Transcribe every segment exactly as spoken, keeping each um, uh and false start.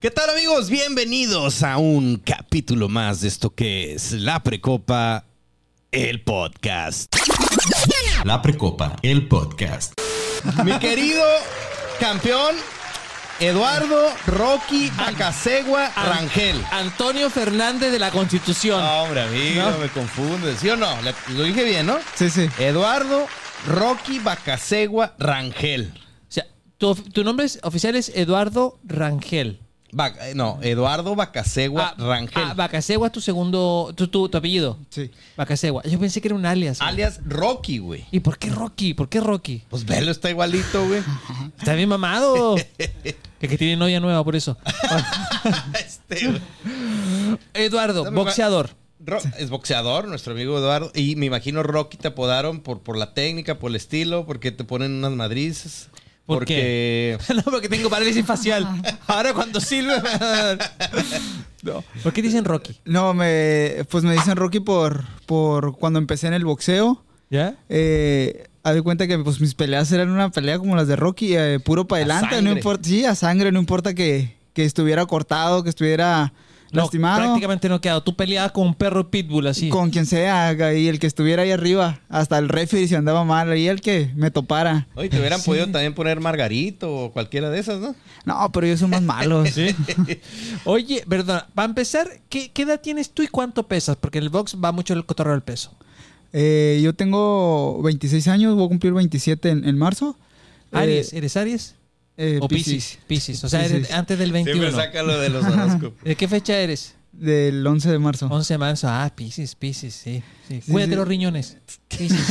¿Qué tal, amigos? Bienvenidos a un capítulo más de esto que es La Precopa, el podcast. La Precopa, el podcast. Mi querido campeón Eduardo Rocky Bacasegua Rangel. Antonio Fernández de la Constitución. No, hombre, amigo, ¿No? me confunde. ¿Sí o no? Le- Lo dije bien, ¿no? Sí, sí. Eduardo Rocky Bacasegua Rangel. O sea, tu, tu nombre es- oficial es Eduardo Rangel. Ba- eh, no, Eduardo Bacasegua Rangel. Ah, Bacasegua es tu segundo, tu, tu, tu apellido. Sí. Bacasegua. Yo pensé que era un alias. güey. alias Rocky, güey. ¿Y por qué Rocky? ¿Por qué Rocky? Pues velo, está igualito, güey. Está bien mamado. que, que tiene novia nueva, por eso. Este, güey. Eduardo, Dame ma- boxeador. Ro- es boxeador, nuestro amigo Eduardo. Y me imagino Rocky te apodaron por, por la técnica, por el estilo, porque te ponen unas madrizas. ¿Por porque... no, porque tengo parálisis facial. Ahora cuando silbe... no. ¿Por qué dicen Rocky? No, me, pues me dicen Rocky por, por cuando empecé en el boxeo. ¿Ya? Eh, haz de cuenta que pues mis peleas eran una pelea como las de Rocky, eh, puro para A adelante. No sangre. importa, sí, a sangre, no importa que, que estuviera cortado, que estuviera No, lastimado. prácticamente no quedado. Tú peleabas con un perro pitbull así. Con quien sea, y el que estuviera ahí arriba, hasta el referee si andaba mal, ahí el que me topara. Oye, te hubieran podido también poner Margarito o cualquiera de esas, ¿no? No, pero ellos son más malos. ¿Sí? Oye, perdona, para empezar, ¿qué, ¿qué edad tienes tú y cuánto pesas? Porque en el box va mucho el cotorreo del peso. Eh, yo tengo veintiséis años, voy a cumplir veintisiete en, en marzo. ¿Aries? Eh, ¿Eres Aries? eh, ¿O Piscis. Piscis? Piscis, o sea, Piscis. eres antes del veintiuno. Siempre saca lo de los horóscopos. ¿De qué fecha eres? Del once de marzo. once de marzo. Ah, Piscis, Piscis, sí. sí. Sí, Cuídate sí. los riñones. Piscis.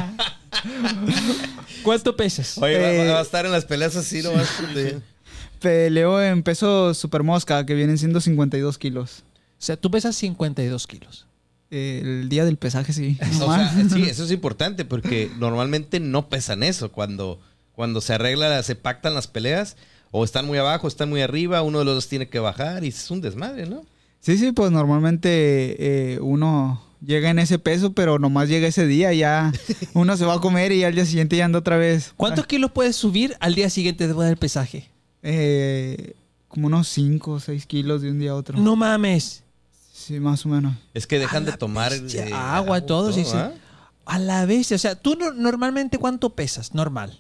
¿Cuánto pesas? Oye, va- Eh, va, a estar en las peleas así nomás. de- Peleo en peso super mosca, que vienen siendo cincuenta y dos kilos. O sea, tú pesas cincuenta y dos kilos. Eh, el día del pesaje, sí. O sea, sí, eso es importante porque normalmente no pesan eso. Cuando, cuando se arregla, se pactan las peleas, o están muy abajo, están muy arriba, uno de los dos tiene que bajar y es un desmadre, ¿no? Sí, sí, pues normalmente eh, uno llega en ese peso, pero nomás llega ese día, ya uno se va a comer y al día siguiente ya anda otra vez. ¿Cuántos kilos puedes subir al día siguiente después del pesaje? Eh, como unos cinco o seis kilos de un día a otro. No mames. Sí, más o menos. Es que dejan A de la tomar bestia, eh, agua, todo, sí, sí. ¿ah? A la bestia. O sea, tú no- normalmente, ¿cuánto pesas? Normal.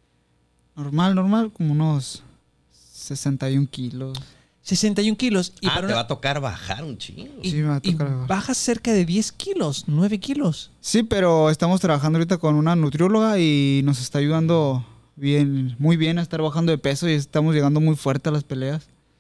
Normal, normal, como unos sesenta y un kilos. sesenta y un kilos. Y Ah, para te una- va a tocar bajar un chingo. y- Sí, me va a y tocar bajar. bajas cerca de diez kilos, nueve kilos. Sí, pero estamos trabajando ahorita con una nutrióloga y nos está ayudando bien, muy bien a estar bajando de peso y estamos llegando muy fuerte a las peleas.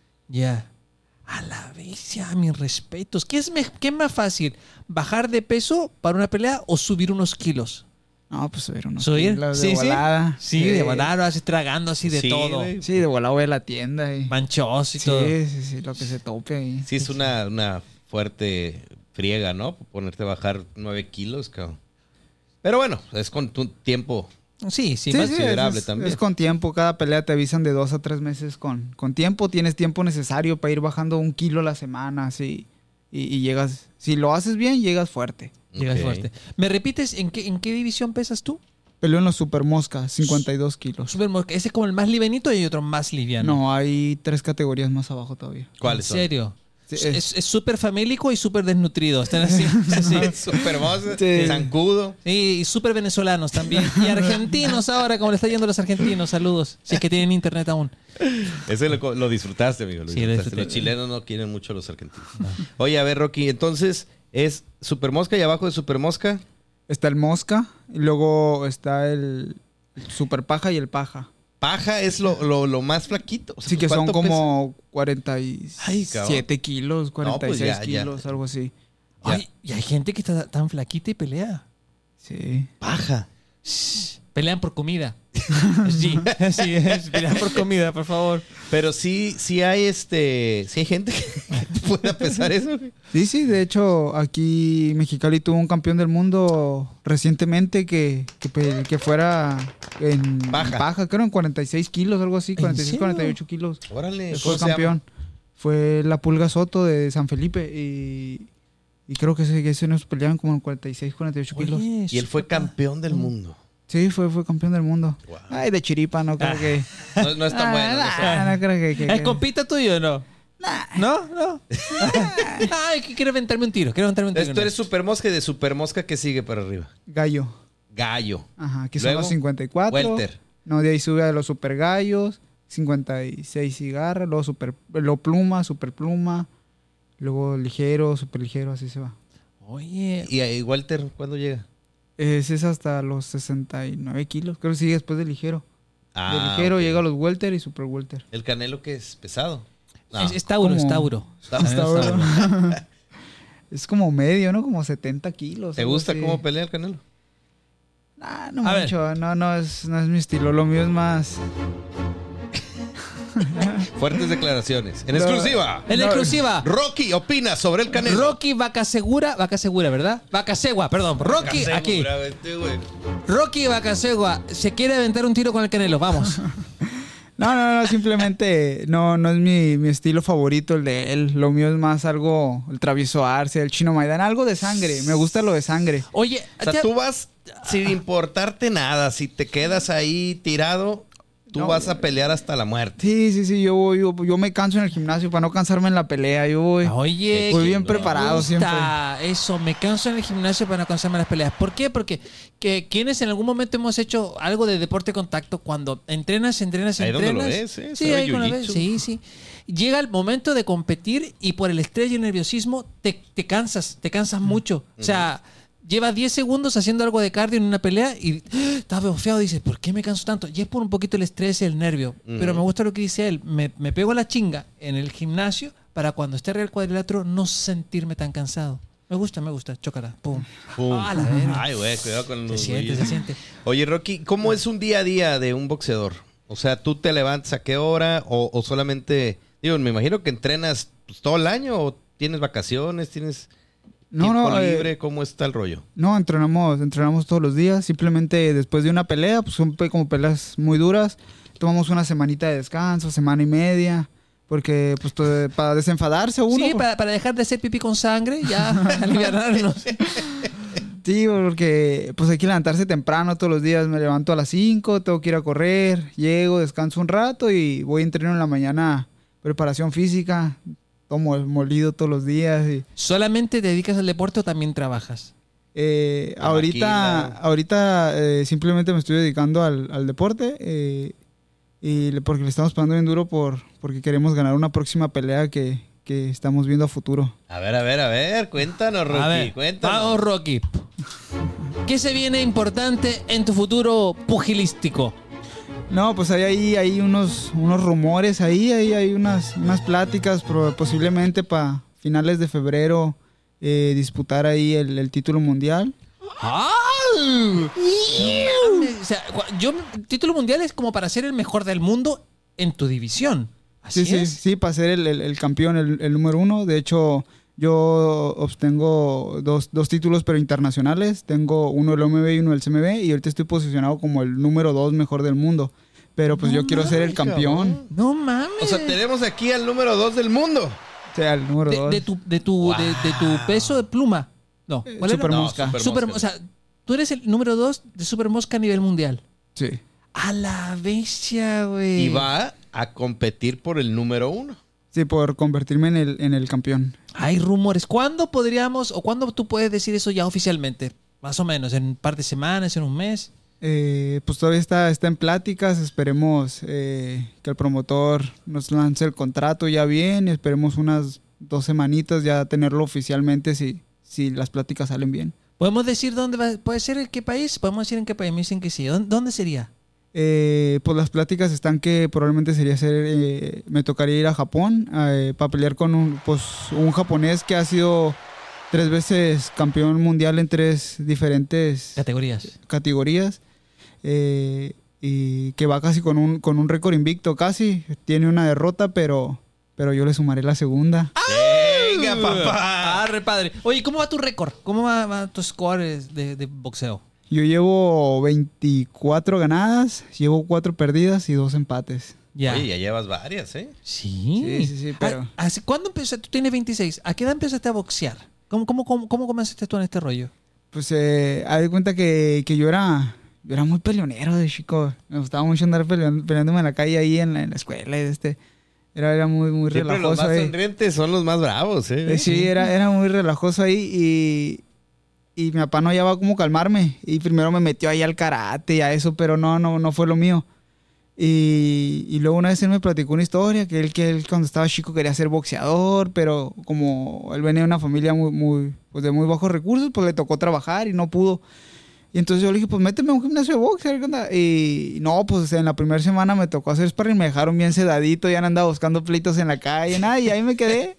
Ya. A la bestia, mis respetos. ¿Qué es, me- qué es más fácil? ¿Bajar de peso para una pelea o subir unos kilos? No, pues subir unos ¿Subir? kilos Sí, de sí. volada. Sí, de volar, así tragando así de Sí, todo. güey. Sí, de volada voy a la tienda y... Manchos y Sí, todo. sí, sí, lo que se tope ahí. Sí, es una, una fuerte friega, ¿no? Ponerte a bajar nueve kilos, cabrón. Pero bueno, es con tu tiempo. Sí, sí. Sí, más- sí, considerable es, también. es con tiempo. Cada pelea te avisan de dos a tres meses con, con tiempo. Tienes tiempo necesario para ir bajando un kilo a la semana, así. Y, y llegas... Si lo haces bien, llegas fuerte. Llegas Ok. fuerte. ¿Me repites en qué, en qué división pesas tú? Peleo en los super moscas, cincuenta y dos kilos. Super Mosca. Ese es como el más livianito y hay otro más liviano. No, hay tres categorías más abajo todavía. ¿Cuáles ¿En son? serio? Sí, es es- es súper famélico y súper desnutrido. Están así. sí, sí. Super boss, Sí. zancudo. Sí, y súper venezolanos también. Y argentinos ahora, como le está yendo a los argentinos. Saludos. Si es que tienen internet aún. Ese lo, lo disfrutaste, amigo. Lo Sí, lo disfrutaste. disfruté. Los chilenos no quieren mucho a los argentinos. Oye, a ver, Rocky, entonces es Super Mosca y abajo de Super Mosca. Está el mosca y luego está el, el super paja y el paja. Paja es lo, lo, lo más flaquito. O sea, Sí, que pues, son ¿cuánto como cuarenta y Ay, cabrón. siete kilos, cuarenta y seis pues ya, ya. kilos, algo así. Ya. Ay, y hay gente que está tan flaquita y pelea. Sí. pesa? Paja. Shh, pelean por comida. Sí, sí, es, pelean por comida, por favor. Pero sí, sí hay este, sí hay gente que pueda pesar eso. güey. Sí, sí, de hecho aquí Mexicali tuvo un campeón del mundo recientemente que, que, pe- que fuera en Paja. paja, creo en cuarenta y seis kilos, algo así, ¿En cuarenta y seis, serio? cuarenta y ocho kilos. Órale. Fue ¿cómo se llama? campeón. Fue la Pulga Soto de San Felipe y, y creo que ese, ese nos peleaban como en cuarenta y seis, cuarenta y ocho kilos. Oye, Y él fue súper- campeón del mundo. Sí, fue, fue campeón del mundo. Wow. Ay, de chiripa, no creo Ah. que... No, no es tan Ah, bueno. no es tan- no, no creo que... que- ¿Es que- compita tuyo o no? ¿No? ¿No? Ay, que quiero aventarme un tiro. Quiero aventarme un tiro. Entonces tú eres super mosca y de super mosca, ¿qué sigue para arriba? Gallo. Gallo. Ajá, aquí son Luego, los cincuenta y cuatro. welter. No, de ahí sube a los super gallos, cincuenta y seis cigarras, luego super, luego pluma, super pluma, luego ligero, super ligero, así se va. Oye. ¿Y ahí Walter cuándo llega? Ese es hasta los sesenta y nueve kilos, creo que sigue después de ligero. Ah, de ligero ok. llega a los welter y super welter. ¿El Canelo que es pesado? No. Es, es Tauro, ¿Cómo? es Tauro. Está- También Hasta es Tauro. ahora. Es como medio, ¿no? Como setenta kilos. ¿Te algo gusta así. cómo pelea el Canelo? Ah, no A ver. mucho, no, no es, no es mi estilo, lo mío es más... Fuertes declaraciones. En No. exclusiva. En No. exclusiva. Rocky opina sobre el Canelo. Rocky Vaca Segura, Vaca Segura, ¿verdad? Vaca Segua, perdón. Rocky, Casego, aquí. bravo, este güey. Rocky Vaca Segua se quiere aventar un tiro con el Canelo, vamos. No, no, no, simplemente no, no es mi, mi estilo favorito el de él. Lo mío es más algo, el Travieso Arce, el Chino Maidana, algo de sangre. Me gusta lo de sangre. Oye, O sea, ya- tú vas sin importarte nada. Si te quedas ahí tirado, tú No. vas a pelear hasta la muerte. Sí, sí, sí, yo voy, yo, yo me canso en el gimnasio para no cansarme en la pelea. Yo voy. Oye, Voy que bien me preparado gusta Eso, me canso en el gimnasio para no cansarme en las peleas. ¿Por qué? Porque que quienes en algún momento hemos hecho algo de deporte de contacto, cuando entrenas, entrenas, Ahí donde entrenas. lo ves, ¿eh? Sí, Se ve ahí cuando lo ves. jiu-jitsu. Sí, sí. Llega el momento de competir y por el estrés y el nerviosismo te, te cansas, te cansas mucho. O sea, lleva diez segundos haciendo algo de cardio en una pelea y ¡ah! Estás bofeado y dices, ¿por qué me canso tanto? Y es por un poquito el estrés y el nervio. Pero me gusta lo que dice él. Me, me pego la chinga en el gimnasio para cuando esté arriba del cuadrilátero no sentirme tan cansado. Me gusta, me gusta. Chócala. Pum. Pum. Ah, la verga. Ay, güey, cuidado con Se los siente, güeyes. se siente. Oye, Rocky, ¿cómo es un día a día de un boxeador? O sea, ¿tú te levantas a qué hora o, o solamente... Digo, me imagino que entrenas pues, todo el año o tienes vacaciones, tienes No, tiempo no, eh, libre. ¿Cómo está el rollo? No, entrenamos, entrenamos todos los días. Simplemente después de una pelea, pues son pe- como peleas muy duras. Tomamos una semanita de descanso, semana y media. Porque, pues, to- para desenfadarse uno. Sí, pues. para, para dejar de hacer pipí con sangre, ya aliviarnos. Sí, porque pues hay que levantarse temprano todos los días. Me levanto a las cinco, tengo que ir a correr, llego, descanso un rato y voy a entrenar en la mañana, preparación física, tomo el molido todos los días. Y, ¿Solamente te dedicas al deporte o también trabajas? eh, La ahorita maquila. ahorita eh, simplemente me estoy dedicando al, al deporte eh, y le- porque le estamos pagando bien duro por, porque queremos ganar una próxima pelea que, que estamos viendo a futuro. A ver, a ver, a ver. Cuéntanos, Rocky. A ver, cuéntanos. vamos, Rocky. ¿Qué se viene importante en tu futuro pugilístico? No, pues hay ahí hay unos, unos rumores ahí, ahí hay unas, unas pláticas pro- posiblemente para finales de febrero eh, disputar ahí el, el título mundial. ¡Ah! O sea, cua- yo, título mundial es como para ser el mejor del mundo en tu división. Así Sí, sí, es. sí, para ser el, el- el campeón, el, el número uno. De hecho, yo obtengo dos, dos títulos pero internacionales. Tengo uno del O M B y uno del C M B y ahorita estoy posicionado como el número dos mejor del mundo. Pero pues No yo quiero ser el mames, campeón. cabrón. No mames. O sea, tenemos aquí al número dos del mundo. O sea, el número de, dos. de tu, de, tu, de, de tu peso de pluma. No. ¿Cuál era? Super No, Mosca. Super Super- Mosca. o sea, tú eres el número dos de Super Mosca a nivel mundial. Sí. A la bestia, güey. Y va a competir por el número uno. Sí, por convertirme en el, en el campeón. Hay rumores. ¿Cuándo podríamos o cuándo tú puedes decir eso ya oficialmente? Más o menos, en un par de semanas, en un mes. Eh, pues todavía está, está en pláticas. Esperemos eh, que el promotor nos lance el contrato ya bien. Y esperemos unas dos semanitas ya tenerlo oficialmente si, si las pláticas salen bien. ¿Podemos decir dónde va? ¿Puede ser en qué país? Podemos decir en qué país. Me dicen que sí. ¿Dónde, dónde sería? Eh, pues las pláticas están que probablemente sería ser, eh, me tocaría ir a Japón eh, para pelear con un, pues, un japonés que ha sido tres veces campeón mundial en tres diferentes Categorías. categorías eh, y que va casi con un, con un récord invicto casi, tiene una derrota pero, pero yo le sumaré la segunda. ¡Venga, papá! Arre, padre. Oye, ¿cómo va tu récord? ¿Cómo va, va tu score de, de boxeo? Yo llevo veinticuatro ganadas, llevo cuatro perdidas y dos empates. Ya. Oye, ya llevas varias, ¿eh? Sí. Sí, sí, sí, pero- ¿A- hace- ¿Cuándo empezaste? Tú tienes veintiséis. ¿A qué edad empezaste a boxear? ¿Cómo, cómo, cómo, cómo comenzaste tú en este rollo? Pues eh, haz de cuenta que, que yo era yo era muy peleonero de chico. Me gustaba mucho andar peleando, peleándome en la calle ahí en la, en la escuela. y Este, Era, era muy, muy Siempre relajoso los más ahí. sonrientes son los más bravos, ¿eh? Eh, Sí, era, era muy relajoso ahí y, y mi papá no hallaba cómo calmarme. Y primero me metió ahí al karate y a eso, pero no, no, no fue lo mío. Y, y luego una vez él me platicó una historia que él, que él cuando estaba chico quería ser boxeador, pero como él venía de una familia muy, muy, pues de muy bajos recursos, pues le tocó trabajar y no pudo. Y entonces yo le dije, pues méteme a un gimnasio de box, a ver qué onda. Y no, pues en la primera semana me tocó hacer sparring, me dejaron bien sedadito, ya no andaba buscando pleitos en la calle, nada, y ahí me quedé.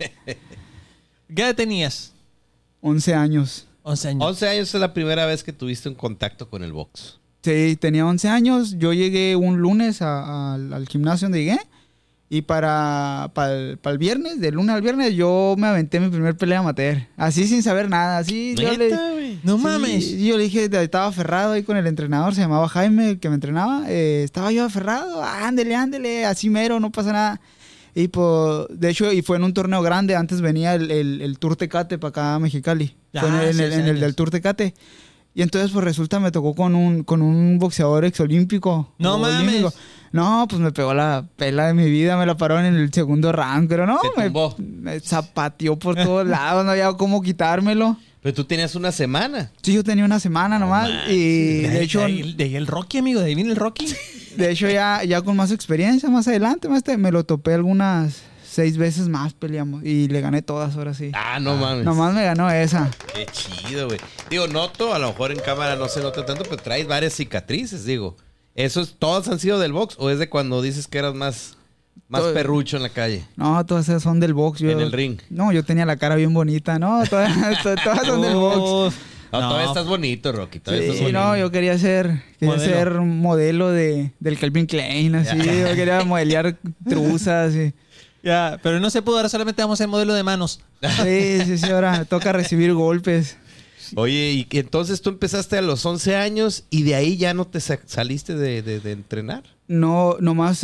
¿Qué edad tenías? once años. once años. once años es la primera vez que tuviste un contacto con el box. Sí, tenía once años. Yo llegué un lunes a- a- al al gimnasio donde llegué. Y para, para, el, para el viernes, de lunes al viernes, yo me aventé mi primer pelea amateur. Así sin saber nada. Así yo le, ¿Neta, güey? No sí, mames. yo le dije, estaba aferrado ahí con el entrenador, se llamaba Jaime, el que me entrenaba. Eh, estaba yo aferrado, ándele, ándele, así mero, no pasa nada. Y pues, de hecho, y fue en un torneo grande. Antes venía el, el, el Tour Tecate para acá a Mexicali. Ah, Fue en, el, en el- hace en el años. del Tour Tecate. Y entonces, pues resulta, me tocó con un, con un boxeador exolímpico. No olímpico. mames. No, pues me pegó la pela de mi vida, me la paró en el segundo round, pero no, Te me, tumbó. me zapateó por todos lados, no había cómo quitármelo. Pero tú tenías una semana. Sí, yo tenía una semana nomás y De de ahí- hecho, de ahí, de ahí el Rocky, amigo. De ahí viene el Rocky. de hecho ya, ya con más experiencia, más adelante, más te- me lo topé algunas seis veces más peleamos y le gané todas ahora sí. Ah, no mames. Nomás me ganó esa. Qué chido, güey. Digo, noto, a lo mejor en cámara no se nota tanto, pero traes varias cicatrices, digo. ¿Esos todas han sido del box o es de cuando dices que eras más, más Todo- perrucho en la calle? No, todas esas son del box. Yo, En el ring. No, yo tenía la cara bien bonita, no, todas, to- todas son del box. Uf. No, No. todavía estás bonito, Rocky. Todavía estás Sí, bonito. no, yo quería ser, quería Modelo. ser un modelo de, del Calvin Klein, así. Yo quería modelear truzas. Y... Ya, pero no se pudo. Ahora solamente vamos a hacer modelo de manos. Sí, sí, sí, ahora me toca recibir golpes. Oye, y que entonces tú empezaste a los once años y de ahí ya no te sa- saliste de, de- de entrenar. No, nomás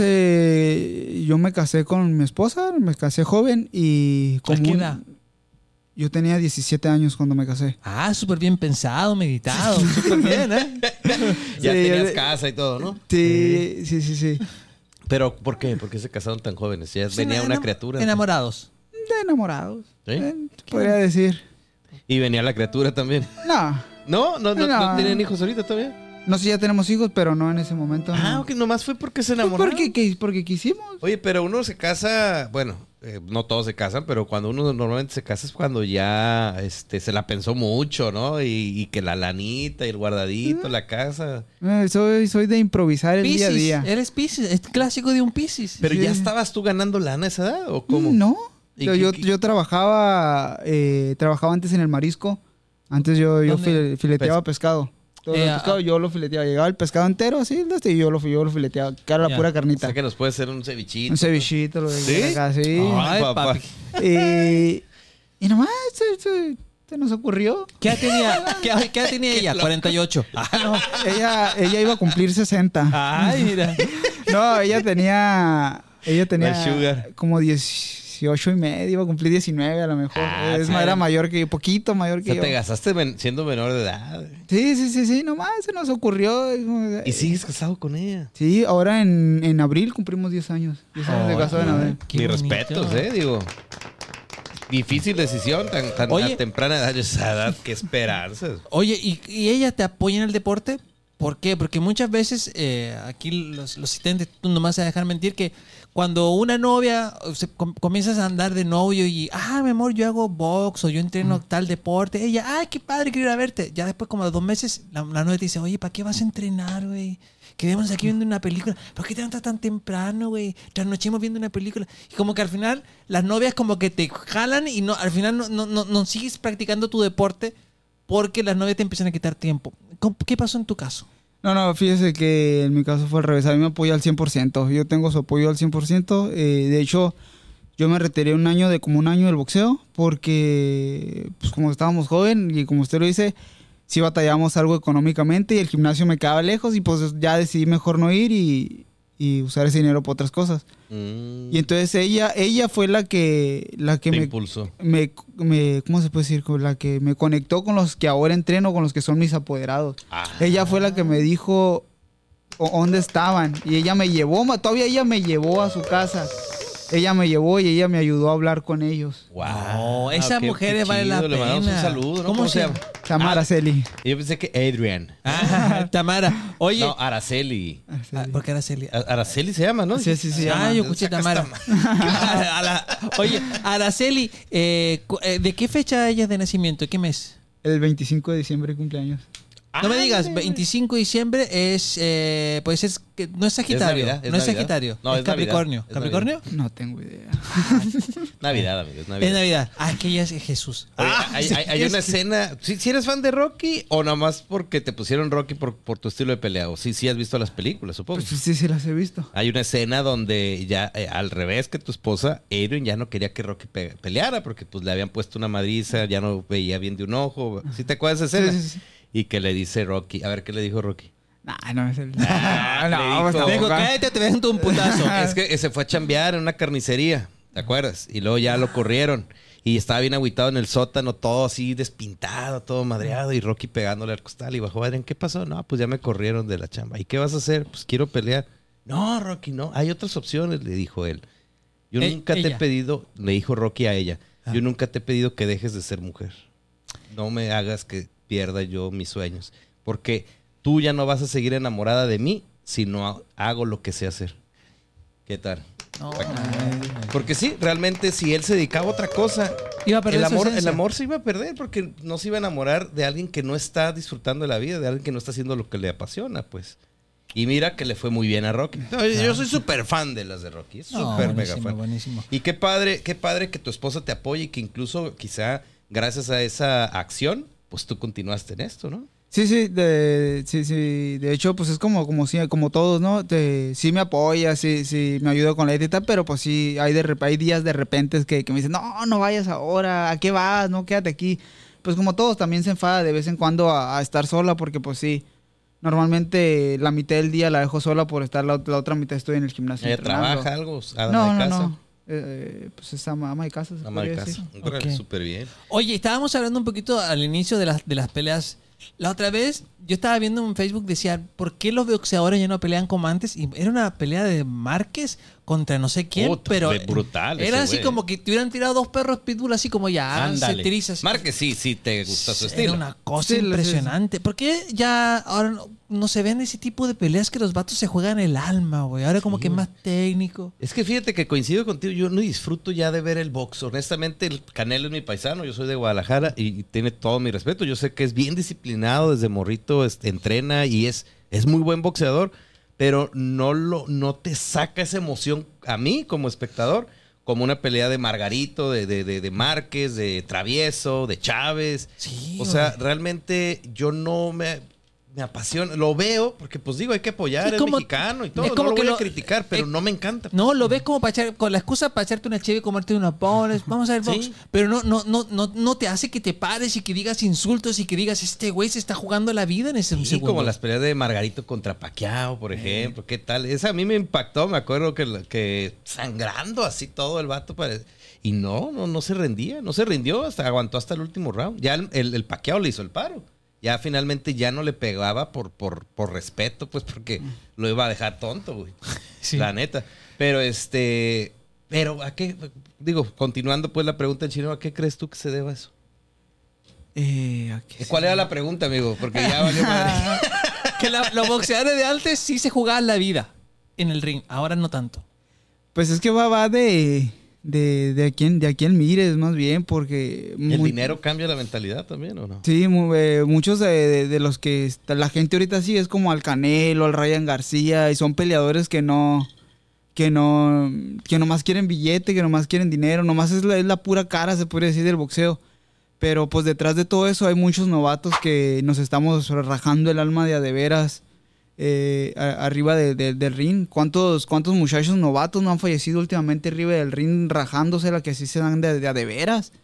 eh, yo me casé con mi esposa, me casé joven y ¿A como qué un- edad? yo tenía diecisiete años cuando me casé. Ah, súper bien pensado, meditado. Súper bien, ¿eh? Ya Sí, tenías yo- casa y todo, ¿no? Sí, sí, sí, sí. Pero ¿por qué? ¿Por qué se casaron tan jóvenes? Ya venía Enam- una criatura. Enamorados. De enamorados. ¿Sí? eh, podría decir. Y venía la criatura también. No, ¿No? ¿No, no, no No. tienen hijos ahorita todavía? no sé si ya tenemos hijos, pero no en ese momento. Ah, no. ok, nomás fue porque se Pues enamoraron. porque, que- porque quisimos. Oye, pero uno se casa, bueno, eh, no todos se casan, pero cuando uno normalmente se casa es cuando ya este, se la pensó mucho, ¿no? Y, y que la lanita y el guardadito, la casa. Eh, soy, soy de improvisar el día a Piscis. día. Eres Piscis. Es clásico de un Piscis. ¿Pero Sí. ya estabas tú ganando lana a esa edad o cómo? No. ¿Y Yo, qué- yo, qué- yo trabajaba, eh, trabajaba antes en el marisco. Antes yo, yo ¿Dónde? fil- fileteaba pescado. Todo Eh, el pescado ah. yo lo fileteaba. Llegaba el pescado entero así, este, y yo lo, yo lo fileteaba. Que era la Ya. pura O carnita. sea que nos puede hacer un cevichito. Un cevichito, lo de ¿Sí? acá, sí. Ay, papá. papi. Y, y nomás se, se- se nos ocurrió. ¿Qué edad tenía, qué, qué edad tenía ella? cuarenta y ocho. Ah, no. Ella, ella iba a cumplir sesenta. Ay, mira. No, ella tenía. Ella tenía La sugar. como dieciocho y medio, iba a cumplir diecinueve a lo mejor. Ah, es sí. más, era mayor que yo, poquito mayor O que sea, te yo. gastaste men- siendo menor de edad. Sí, sí, sí, sí, nomás se nos ocurrió. y como- Y sigues casado con ella. Sí, ahora en, en abril cumplimos diez años. diez años de Oh, casado en abril. qué Mis bonito. respetos, ¿eh? Digo. Difícil decisión, tan, tan Oye. a temprana edad, esa edad, qué esperanzas. Oye, ¿y, y ella te apoya en el deporte? ¿Por qué? Porque muchas veces, eh, aquí los, los asistentes, tú nomás se vas a dejar mentir, que cuando una novia o se, com- comienzas a andar de novio y, ah, mi amor, yo hago box o yo entreno tal deporte, ella, ay, qué padre, quiero ir a verte. Ya después, como a los dos meses, la, la novia te dice, oye, ¿para qué vas a entrenar, güey? Quedémonos aquí viendo una película. ¿Por qué te levantas tan temprano, güey? Trasnochemos viendo una película. Y como que al final, las novias como que te jalan y no, al final no, no, no, no sigues practicando tu deporte porque las novias te empiezan a quitar tiempo. ¿Cómo- ¿Qué pasó en tu caso? No, no, fíjese que en mi caso fue al revés. A mí me apoya al cien por ciento. Yo tengo su apoyo al cien por ciento. Eh, de hecho, yo me retiré un año de como un año del boxeo porque, pues como estábamos joven y como usted lo dice, sí batallamos algo económicamente y el gimnasio me quedaba lejos y pues ya decidí mejor no ir y, y usar ese dinero para otras cosas. Mm, Y entonces ella, ella fue la que, la que te me, impulsó. me, me, ¿cómo se puede decir? Con la que me conectó con los que ahora entreno, con los que son mis apoderados. Ah. Ella fue la que me dijo o- dónde estaban y ella me llevó, ma- todavía ella me llevó a su casa. ella me llevó y ella me ayudó a hablar con ellos. Wow. No, esas qué- mujeres qué valen la chido, le mandamos pena. un saludo, ¿no? ¿Cómo se llama? Se llama Araceli. Yo pensé que Adrian. Ah, Tamara. Oye, No, Araceli. ah, ¿por qué Araceli? A- Araceli se llama, ¿no? Sí, sí, sí. Ah, llama. yo escuché Sacas Tamara. A la- Oye, Araceli, eh, cu- eh, ¿de qué fecha ella es de nacimiento? ¿Qué mes? El veinticinco de diciembre cumpleaños. No me Ah, digas, mire. veinticinco de diciembre es, eh, pues es, que no es Sagitario, Navidad, es no es Navidad. Sagitario, No, es, es Navidad, Capricornio. es ¿Capricornio? No tengo idea. Navidad, amigo, es Navidad. Es Navidad. Ah, es que ella es Jesús. Oye, Ah, hay, sí, hay- hay es una que- escena. ¿Si eres fan de Rocky o nada más porque te pusieron Rocky por, por tu estilo de pelea? O sí, sí has visto las películas, supongo. Pues sí, sí las he visto. Hay una escena donde ya, eh, al revés que tu esposa, Adrian ya no quería que Rocky pe- peleara porque pues le habían puesto una madriza, ya no veía bien de un ojo. ¿Sí te acuerdas de esa escena? Sí, sí, sí. Y que le dice Rocky, a ver, ¿qué le dijo Rocky? Nah, no es el. Ah, le dijo- pues Me dijo, tampoco. cállate, te dejo un putazo. Es que se fue a chambear en una carnicería, ¿te acuerdas? Y luego ya lo corrieron. Y estaba bien agüitado en el sótano, todo así despintado, todo madreado. Y Rocky pegándole al costal. Y bajó, Adrian, ¿qué pasó? No, pues ya me corrieron de la chamba. ¿Y qué vas a hacer? Pues quiero pelear. No, Rocky, no. Hay otras opciones, le dijo él. Yo Eh, nunca te ella. he pedido, le dijo Rocky a ella, Ah. yo nunca te he pedido que dejes de ser mujer. No me hagas que pierda yo mis sueños. Porque tú ya no vas a seguir enamorada de mí si no hago lo que sé hacer. ¿Qué tal? No, Porque sí, realmente si él se dedicaba a otra cosa, iba a perder el su amor, el esencia. amor se iba a perder porque no se iba a enamorar de alguien que no está disfrutando de la vida, de alguien que no está haciendo lo que le apasiona, pues. Y mira que le fue muy bien a Rocky. No, yo soy súper fan de las de Rocky, es No, súper mega buenísimo, fan. buenísimo. Y qué padre, qué padre que tu esposa te apoye y que incluso quizá gracias a esa acción, pues tú continuaste en esto, ¿no? Sí, sí, de, sí, sí. De hecho, pues es como, como, sí, como todos, ¿no? Te, sí me apoya, sí, sí me ayuda con la dieta, pero pues sí, hay, de, rep- hay días de repente que, que me dicen, no, no vayas ahora, ¿a qué vas? No, quédate aquí. Pues como todos, también se enfada de vez en cuando a, a estar sola, porque pues sí, normalmente la mitad del día la dejo sola por estar, la, la otra mitad estoy en el gimnasio. ¿Ella entrenando. trabaja algo? ¿Ama No, de no, casa? no. Eh, pues es ama, ama de casa. se Ama de podría casa. decir. Órale, Ok. súper bien. Oye, estábamos hablando un poquito al inicio de las, de las peleas. La otra vez yo estaba viendo en Facebook, decía, ¿por qué los boxeadores ya no pelean como antes? Y era una pelea de Márquez contra no sé quién, Puta, pero fue brutal era ese así güey. como que te hubieran tirado dos perros pitbull así como ya, háganse Ándale. trizas. Márquez sí, sí te gusta su Era estilo. una cosa Sí, lo- sí, sí. impresionante. ¿Por qué ya ahora no, no se ven ese tipo de peleas que los vatos se juegan el alma, güey? Ahora como que es más técnico. Es que fíjate que coincido contigo, yo no disfruto ya de ver el box. Honestamente, el Canelo es mi paisano, yo soy de Guadalajara y, y tiene todo mi respeto. Yo sé que es bien disciplinado, desde morrito este, entrena y es, es muy buen boxeador, pero no, lo, no te saca esa emoción a mí como espectador, como una pelea de Margarito, de, de, de, de Márquez, de Travieso, de Chávez. Sí, O sea, güey. realmente yo no me... Me apasiona, lo veo porque pues digo, hay que apoyar, Sí, es como- mexicano y todo, es no como lo que voy lo- a criticar, pero eh, no me encanta. No, lo ves como para echar, con la excusa para echarte una cheve y comerte unos pones, vamos a ver box. Sí. Pero no, no, no, no, no te hace que te pares y que digas insultos y que digas, este güey se está jugando la vida en ese Sí, segundo. como las peleas de Margarito contra Pacquiao, por ejemplo. ¿Qué tal? Esa a mí me impactó. Me acuerdo que, la- que sangrando así todo el vato. pare- Y no, no, no se rendía. No se rindió. Hasta aguantó hasta el último round. Ya el, el, el Pacquiao le hizo el paro. Ya finalmente ya no le pegaba por, por, por respeto, pues porque lo iba a dejar tonto, güey. Sí. La neta. Pero este... Pero, ¿a qué? Digo, continuando pues la pregunta en chino, ¿a qué crees tú que se deba eso? Eh, ¿a qué ¿Cuál se- era la pregunta, amigo? Porque ya valió madre. Que la- los boxeadores de antes sí se jugaban la vida en el ring, ahora no tanto. Pues es que va, va de, de, de a quién, de a quién mires más bien, porque... ¿El muy- dinero cambia la mentalidad también o no? Sí, mu- eh, muchos de, de- de los que está- la gente ahorita sí es como al Canelo, al Ryan García, y son peleadores que no, que no, que nomás quieren billete, que nomás quieren dinero, nomás es la, es la pura cara, se podría decir, del boxeo. Pero pues detrás de todo eso hay muchos novatos que nos estamos rajando el alma de a de veras eh, a- arriba de- de- del ring. ¿Cuántos, ¿Cuántos muchachos novatos no han fallecido últimamente arriba del ring rajándose la que así se dan de, de a de veras?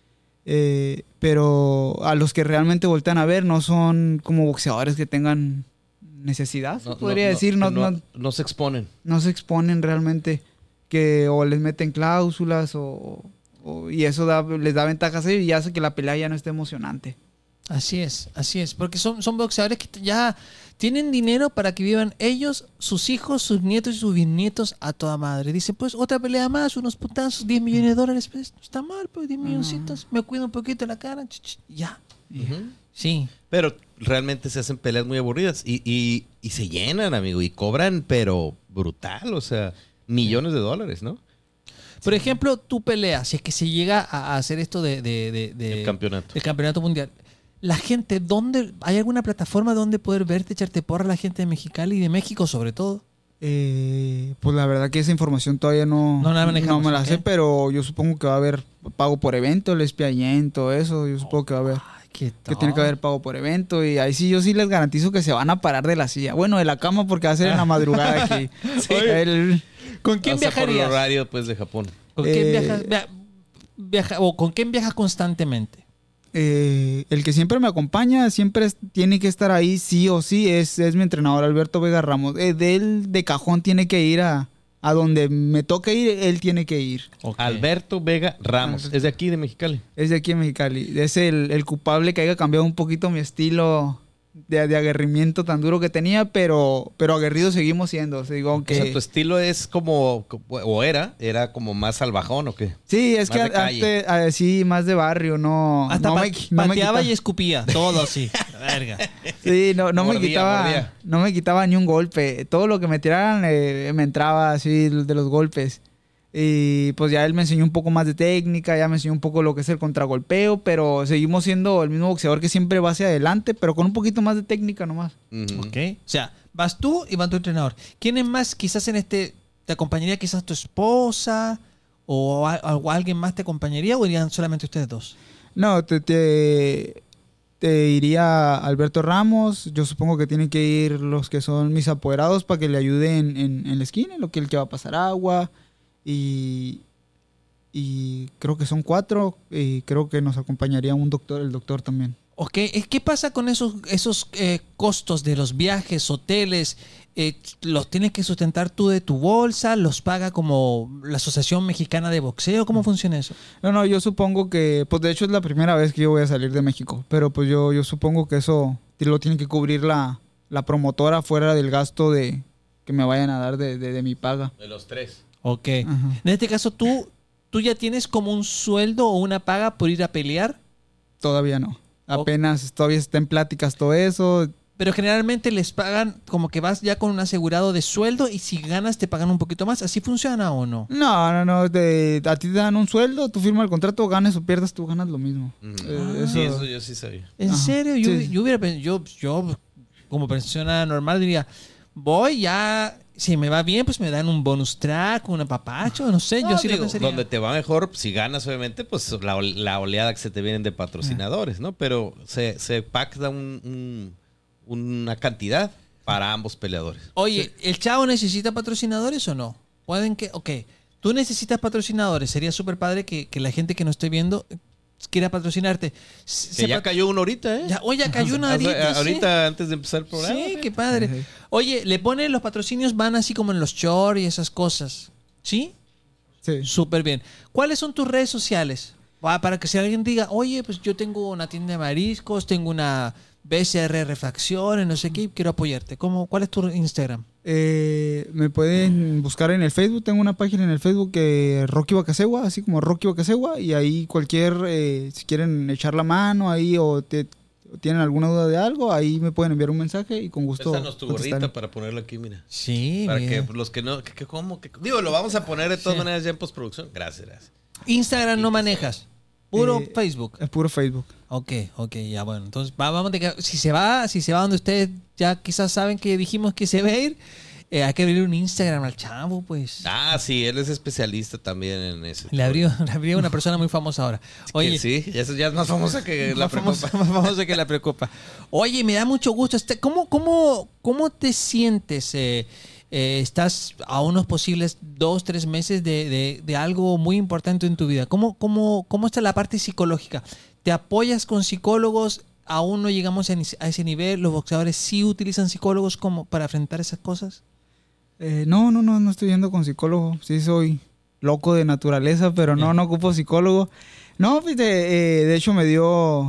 Eh, pero a los que realmente voltean a ver no son como boxeadores que tengan necesidad, se podría decir. No, no, no, no se exponen. no se exponen realmente, que o les meten cláusulas o, o- y eso da- les da ventajas a ellos y hace que la pelea ya no esté emocionante. Así es, así es. Porque son, son boxeadores que ya tienen dinero para que vivan ellos, sus hijos, sus nietos y sus bisnietos a toda madre. Dicen, pues otra pelea más, unos putazos, diez millones de dólares. Pues no está mal, pues diez milloncitos. Me cuido un poquito la cara. Ch, ch, ya. Ujú. Sí. Pero realmente se hacen peleas muy aburridas y, y, y se llenan, amigo, y cobran, pero brutal, o sea, millones de dólares, ¿no? Por ejemplo, tu pelea, si es que se llega a a hacer esto de, de, de- de- El campeonato. el campeonato mundial. La gente, ¿dónde hay alguna plataforma donde poder verte, echarte porra a la gente de Mexicali y de México sobre todo? Eh, pues la verdad que esa información todavía no, No la manejamos, me la ¿ok? sé, pero yo supongo que va a haber pago por evento, el espiallén, todo eso. Yo supongo que va a haber. Ay, qué Que tiene que haber pago por evento. Y ahí sí, yo sí les garantizo que se van a parar de la silla. Bueno, de la cama porque va a ser en la madrugada aquí. Sí. El- ¿Con quién O sea, por el viajarías? horario, pues, de Japón. ¿Con quién Eh, viajas? Via- viaja- o ¿con quién viajas constantemente? eh, el que siempre me acompaña, siempre es- tiene que estar ahí sí o sí, es, es mi entrenador Alberto Vega Ramos. Eh, de él de cajón tiene que ir a, a donde me toque ir, él tiene que ir. Alberto Vega Ramos. Es de aquí, de Mexicali. Es de aquí en Mexicali. Es el, el culpable que haya cambiado un poquito mi estilo de, de aguerrimiento tan duro que tenía, pero, pero aguerrido seguimos siendo. O sea, digo, aunque... O sea, tu estilo es como, o era, era como más salvajón, ¿o qué? Sí, es más que de calle. antes, ah, sí, más de barrio, no, Hasta no, pa- me, no me pateaba quitaba, y escupía, todo así. Verga. sí, no, no me Mordía, quitaba, mordía. no me quitaba ni un golpe. Todo lo que me tiraran eh, me entraba así de los golpes. Y pues ya él me enseñó un poco más de técnica, ya me enseñó un poco lo que es el contragolpeo, pero seguimos siendo el mismo boxeador que siempre va hacia adelante, pero con un poquito más de técnica nomás. Ujú. Ok. O sea, vas tú y va tu entrenador. ¿Quién es más quizás en este, te acompañaría quizás tu esposa o, a- o alguien más te acompañaría o irían solamente ustedes dos? No, te, te, te iría Alberto Ramos. Yo supongo que tienen que ir los que son mis apoderados para que le ayuden en, en la esquina, en lo que él que va a pasar agua. Y, y creo que son cuatro. Y creo que nos acompañaría un doctor, el doctor también. Ok, eh, ¿qué pasa con esos, esos eh, costos de los viajes, hoteles? Eh, ¿Los tienes que sustentar tú de tu bolsa? ¿Los paga como la Asociación Mexicana de Boxeo? ¿Cómo funciona eso? No, no, yo supongo que, pues de hecho es la primera vez que yo voy a salir de México. Pero pues yo, yo supongo que eso lo tiene que cubrir la, la promotora fuera del gasto de que me vayan a dar de, de, de mi paga. De los tres. Ok. Ajá. En este caso, ¿tú, ¿tú ya tienes como un sueldo o una paga por ir a pelear? Todavía no. Apenas todavía está en pláticas todo eso. Pero generalmente les pagan como que vas ya con un asegurado de sueldo y si ganas te pagan un poquito más. ¿Así funciona o no? No, no, no. te- a ti te dan un sueldo, tú firmas el contrato, ganes o pierdas, tú ganas lo mismo. Ujú. Eh, Sí, eso- eso yo sí sabía. ¿En Ajá. serio? Yo, Sí. yo hubiera pen- yo, yo como persona normal diría, voy ya, si me va bien, pues me dan un bonus track, un apapacho, no sé, yo No, sí digo, lo pensaría. donde te va mejor, si ganas, obviamente, pues la, ol- la oleada que se te vienen de patrocinadores, ¿no? Pero se, se pacta un, un- una cantidad para ambos peleadores. Oye, ¿el chavo necesita patrocinadores o no? Pueden que, ok, tú necesitas patrocinadores, sería súper padre que, que la gente que nos esté viendo quiera patrocinarte. Se- Que ya pat- cayó uno ahorita, ¿eh? ya- oye, ya cayó una O sea, ahorita, sí. ahorita antes de empezar el programa. Sí, qué padre. Oye, le ponen los patrocinios, van así como en los shorts y esas cosas. ¿Sí? Sí. Súper bien. ¿Cuáles son tus redes sociales? Pa- Para que si alguien diga, oye, pues yo tengo una tienda de mariscos, tengo una B C R Refacciones, no sé qué, quiero apoyarte. ¿Cómo, ¿Cuál es tu Instagram? Eh, me pueden buscar en el Facebook. Tengo una página en el Facebook que es Rocky Bacasegua, así como Rocky Bacasegua. Y ahí cualquier, eh, si quieren echar la mano ahí o te, o tienen alguna duda de algo, ahí me pueden enviar un mensaje y con gusto. Préstanos tu contestaré. gorrita para ponerlo aquí, mira. Sí, Para mira. que los que no, que, que ¿cómo? Que, digo, lo vamos a poner de todas Sí. maneras ya en postproducción. Gracias, gracias. Instagram no manejas. Puro Eh, Facebook. Es puro Facebook. Ok, ok, ya bueno. Entonces, va- vamos a tener que- si se va, si se va donde ustedes ya quizás saben que dijimos que se va a ir, eh, hay que abrir un Instagram al chavo, pues. Ah, sí, él es especialista también en eso. Le abrió, le abrió una persona muy famosa ahora. Oye, Que sí, ya es, ya es más famosa que la más famosa, preocupa. más famosa que la preocupa. Oye, me da mucho gusto. Este- ¿Cómo, cómo, cómo te sientes? Eh, eh, estás a unos posibles dos, tres meses de, de- de algo muy importante en tu vida. ¿Cómo, cómo, ¿Cómo está la parte psicológica? ¿Te apoyas con psicólogos? ¿Aún no llegamos a, ni- a ese nivel? ¿Los boxeadores sí utilizan psicólogos como para enfrentar esas cosas? Eh, no, no, no, no estoy yendo con psicólogo. Sí soy loco de naturaleza, pero no, no ocupo psicólogo. No, fíjate, eh, de hecho me dio,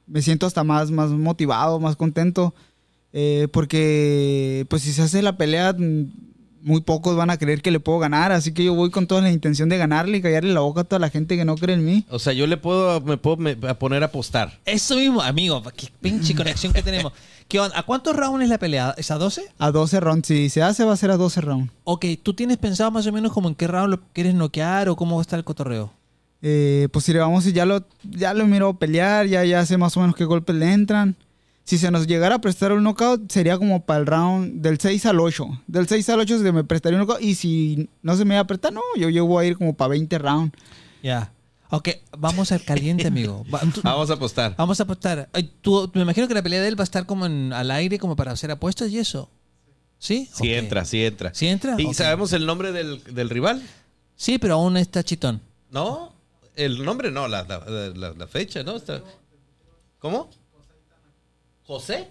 me siento hasta más, más motivado, más contento. Eh, porque pues si se hace la pelea, muy pocos van a creer que le puedo ganar. Así que yo voy con toda la intención de ganarle y callarle la boca a toda la gente que no cree en mí. O sea, yo le puedo, me puedo me- a poner a apostar. Eso mismo, amigo. Qué pinche conexión que tenemos. ¿Qué onda? ¿A cuántos rounds es la pelea? ¿Es a doce? A doce rounds. Si se hace, va a ser a doce rounds. Ok, ¿tú tienes pensado más o menos como en qué round lo quieres noquear o cómo va a estar el cotorreo? Eh, pues si le vamos, ya lo, ya lo miro pelear, ya, ya sé más o menos qué golpes le entran. Si se nos llegara a prestar un knockout, sería como para el round del seis al ocho. Del seis al ocho se me prestaría un knockout. Y si no se me va a prestar, no, yo, yo voy a ir como para veinte rounds. Ya. Ok, vamos al caliente, amigo. Va- tú- Vamos a apostar. Vamos a apostar. Ay, tú- me imagino que la pelea de él va a estar como en, al aire, como para hacer apuestas y eso. ¿Sí? Sí Ok. entra, sí entra. ¿Sí entra? ¿Y Ok. sabemos el nombre del, del rival? Sí, pero aún está chitón. ¿No? El nombre no, la, la, la- la fecha, ¿no? Está... ¿Cómo? ¿José?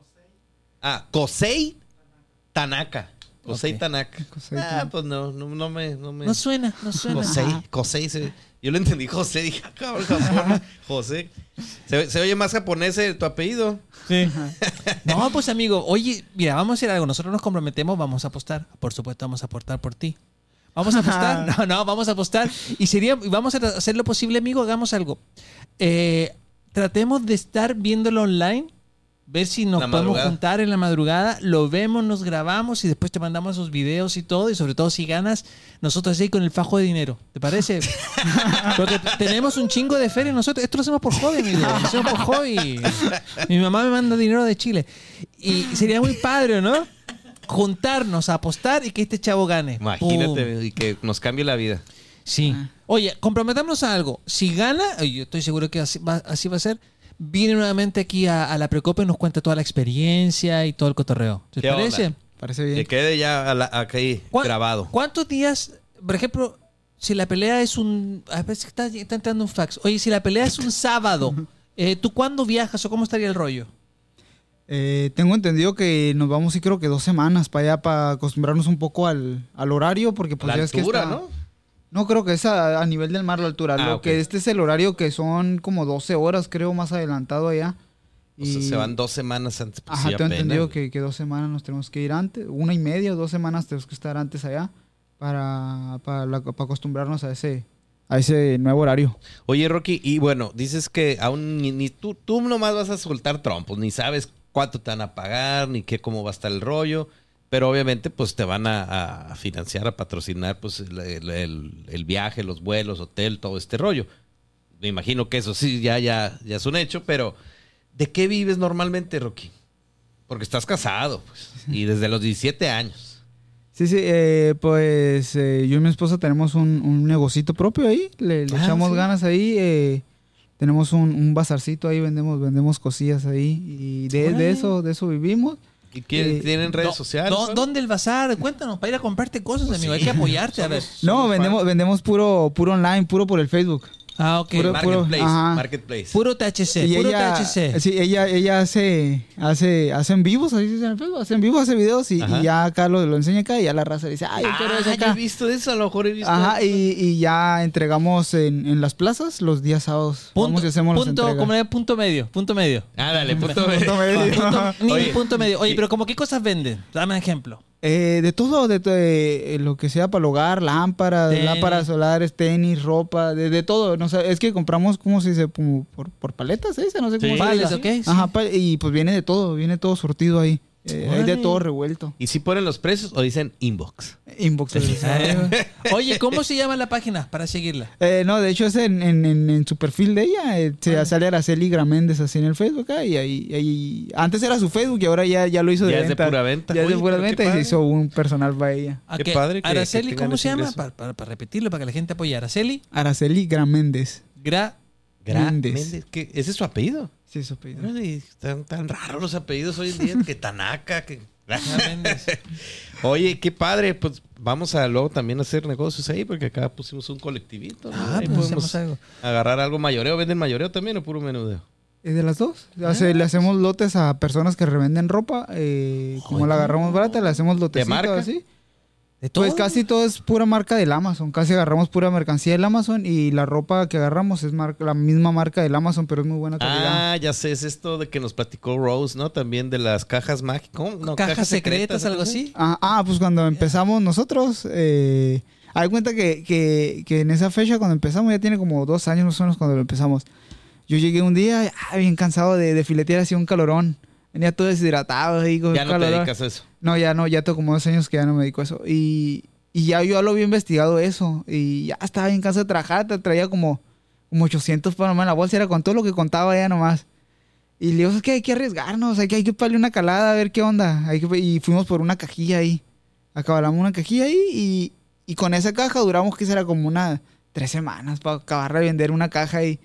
Ah, Kosei Tanaka. Kosei Ok. Tanaka. Kosei Ah, Tanaka. pues no, no, no me... No, me... No suena, no suena. Kosei, Kosei. Se... Yo lo entendí José, dije, ah, cabrón, Japón, José. Se, se oye más japonés eh, tu apellido. Sí. No, pues amigo, oye, mira, vamos a hacer algo. Nosotros nos comprometemos, vamos a apostar. Por supuesto, vamos a apostar por ti. ¿Vamos a apostar? No, no, vamos a apostar. Y sería, y vamos a hacer lo posible, amigo, hagamos algo. Eh, tratemos de estar viéndolo online, ver si nos La podemos madrugada. juntar en la madrugada, lo vemos, nos grabamos y después te mandamos esos videos y todo. Y sobre todo si ganas, nosotros ahí con el fajo de dinero. ¿Te parece? Porque t- tenemos un chingo de feria nosotros. Esto lo hacemos por hobby, amigo. Lo hacemos por hobby. Mi mamá me manda dinero de Chile. Y sería muy padre, ¿no? Juntarnos a apostar y que este chavo gane. Imagínate, Pum. y que nos cambie la vida. Sí. Oye, comprometámonos a algo. Si gana, y yo estoy seguro que así va, así va a ser, viene nuevamente aquí a, a la Precopa y nos cuenta toda la experiencia y todo el cotorreo. ¿Te ¿Qué parece? onda? Parece Que bien. quede ya a la- aquí ¿Cuán- grabado. ¿Cuántos días, por ejemplo, si la pelea es un... A ver si está, está entrando un fax. Oye, si la pelea es un sábado, eh, ¿tú cuándo viajas o cómo estaría el rollo? Eh, tengo entendido que nos vamos, sí, creo que dos semanas para allá, para acostumbrarnos un poco al, al horario, porque pues La ya es que altura, está... ¿no? No, creo que es a, a nivel del mar la altura. Ah, Lo ok. que este es el horario que son como doce horas, creo, más adelantado allá. O sea, se van dos semanas antes. Pues, Ajá, sí, tengo apenas. entendido que, que dos semanas nos tenemos que ir antes, una y media o dos semanas tenemos que estar antes allá para, para, la- para acostumbrarnos a ese, a ese nuevo horario. Oye, Rocky, y bueno, dices que aún ni, ni tú, tú nomás vas a soltar trompos, ni sabes cuánto te van a pagar, ni qué, cómo va a estar el rollo, pero obviamente pues te van a, a financiar, a patrocinar pues el, el- el- el viaje, los vuelos, hotel, todo este rollo. Me imagino que eso sí ya, ya, ya es un hecho, pero ¿de qué vives normalmente, Rocky? Porque estás casado, pues, y desde los diecisiete años. Sí, sí, eh, pues eh, yo y mi esposa tenemos un, un negocito propio ahí, le, le Ah, echamos sí. ganas ahí, eh, tenemos un, un bazarcito ahí, vendemos, vendemos cosillas ahí y de, Órale. de eso, de eso vivimos. ¿Y qué, Eh, tienen redes Do- sociales? do- ¿no? ¿Dónde el bazar? Cuéntanos, para ir a comprarte cosas, amigo. Hay que apoyarte, a ver. No, Somos vendemos, vendemos puro, puro online, puro por el Facebook. Ah, ok. Puro- Marketplace, ajá. Marketplace. Puro T H C, Y puro ella, T H C. sí, ella, ella hace, hace, hace en vivos, así se dice en el Facebook, hace en vivo, hace videos y, Ajá. y ya acá lo, lo enseña acá y ya la raza dice, ay, yo quiero eso Ah, yo acá. he visto eso, a lo mejor he visto Ajá, eso. y, y ya entregamos en, en las plazas los días sábados. Punto, Vamos y hacemos las punto, entregas. como era, punto medio, punto medio. Ah, dale, punto Punto medio. Punto, ni Oye, punto medio. Oye, y- pero como qué cosas venden? Dame un ejemplo. Eh, de todo, de, to- eh, lo que sea para el hogar, lámparas, Tenis. lámparas solares, tenis, ropa, de, de todo. No sé, es que compramos, ¿cómo se dice? Como por, por paletas, ¿se dice? No sé cómo Sí. se Vales, diga. ok. sí. Ajá, pa- y pues viene de todo, viene todo surtido ahí. Eh, hay de Órale. todo revuelto. ¿Y si ponen los precios o dicen inbox? Inbox. Eh, Oye, ¿cómo se llama la página para seguirla? Eh, no, de hecho es en, en, en, en su perfil de ella. eh, se Ah. sale Araceli Graméndez así en el Facebook. ah, y ahí, ahí- antes era su Facebook y ahora ya, ya lo hizo de Ya es de venta. pura venta. Ya es de Oye, pura pero qué venta y se padre. hizo un personal para ella. ¿A Qué qué? padre que- Araceli, que tengan ¿cómo ese se llama? ingreso. Para, para- para repetirlo, para que la gente apoye. Araceli Araceli Graméndez. Gra... Gra- Méndez. Méndez, ¿qué? ¿Ese es su apellido? Sí, su apellido. Órale, Están tan raros los apellidos hoy en día. Que Tanaka, que... Méndez. Oye, qué padre. Pues vamos a luego también hacer negocios ahí, porque acá pusimos un colectivito. ¿no? Ah, Ahí pues podemos hacemos algo. agarrar algo mayoreo. ¿Venden mayoreo también o puro menudeo? ¿Es de las dos? Hace- le hacemos lotes a personas que revenden ropa. eh, como Oye. la agarramos barata, le hacemos lotecitos marca? así. ¿De todo? Pues casi todo es pura marca del Amazon. Casi agarramos pura mercancía del Amazon y la ropa que agarramos es mar- la misma marca del Amazon, pero es muy buena calidad. Ah, ya sé, es esto de que nos platicó Rose, ¿no? También de las cajas mágicas. ¿Cómo? No, Cajas secretas, algo así. Ah, ah, pues cuando empezamos nosotros, eh, hay cuenta que, que, que en esa fecha, cuando empezamos, ya tiene como dos años más o menos cuando lo empezamos. Yo llegué un día, ah, bien cansado de, de filetear así un calorón. Venía todo deshidratado ahí con Ya no calorón. te dedicas a eso. No, ya no, ya tengo como dos años que ya no me dedico a eso. Y, y ya yo ya lo había investigado eso. Y ya estaba bien cansado de trabajar. Te traía como, como ochocientos para nomás en la bolsa. Era con todo lo que contaba ya nomás. Y le digo, es que hay que arriesgarnos. Hay que, hay que darle una calada a ver qué onda. Hay que, y fuimos por una cajilla ahí. Acabamos una cajilla ahí. Y, y con esa caja duramos que será como una tres semanas para acabar de vender una caja ahí.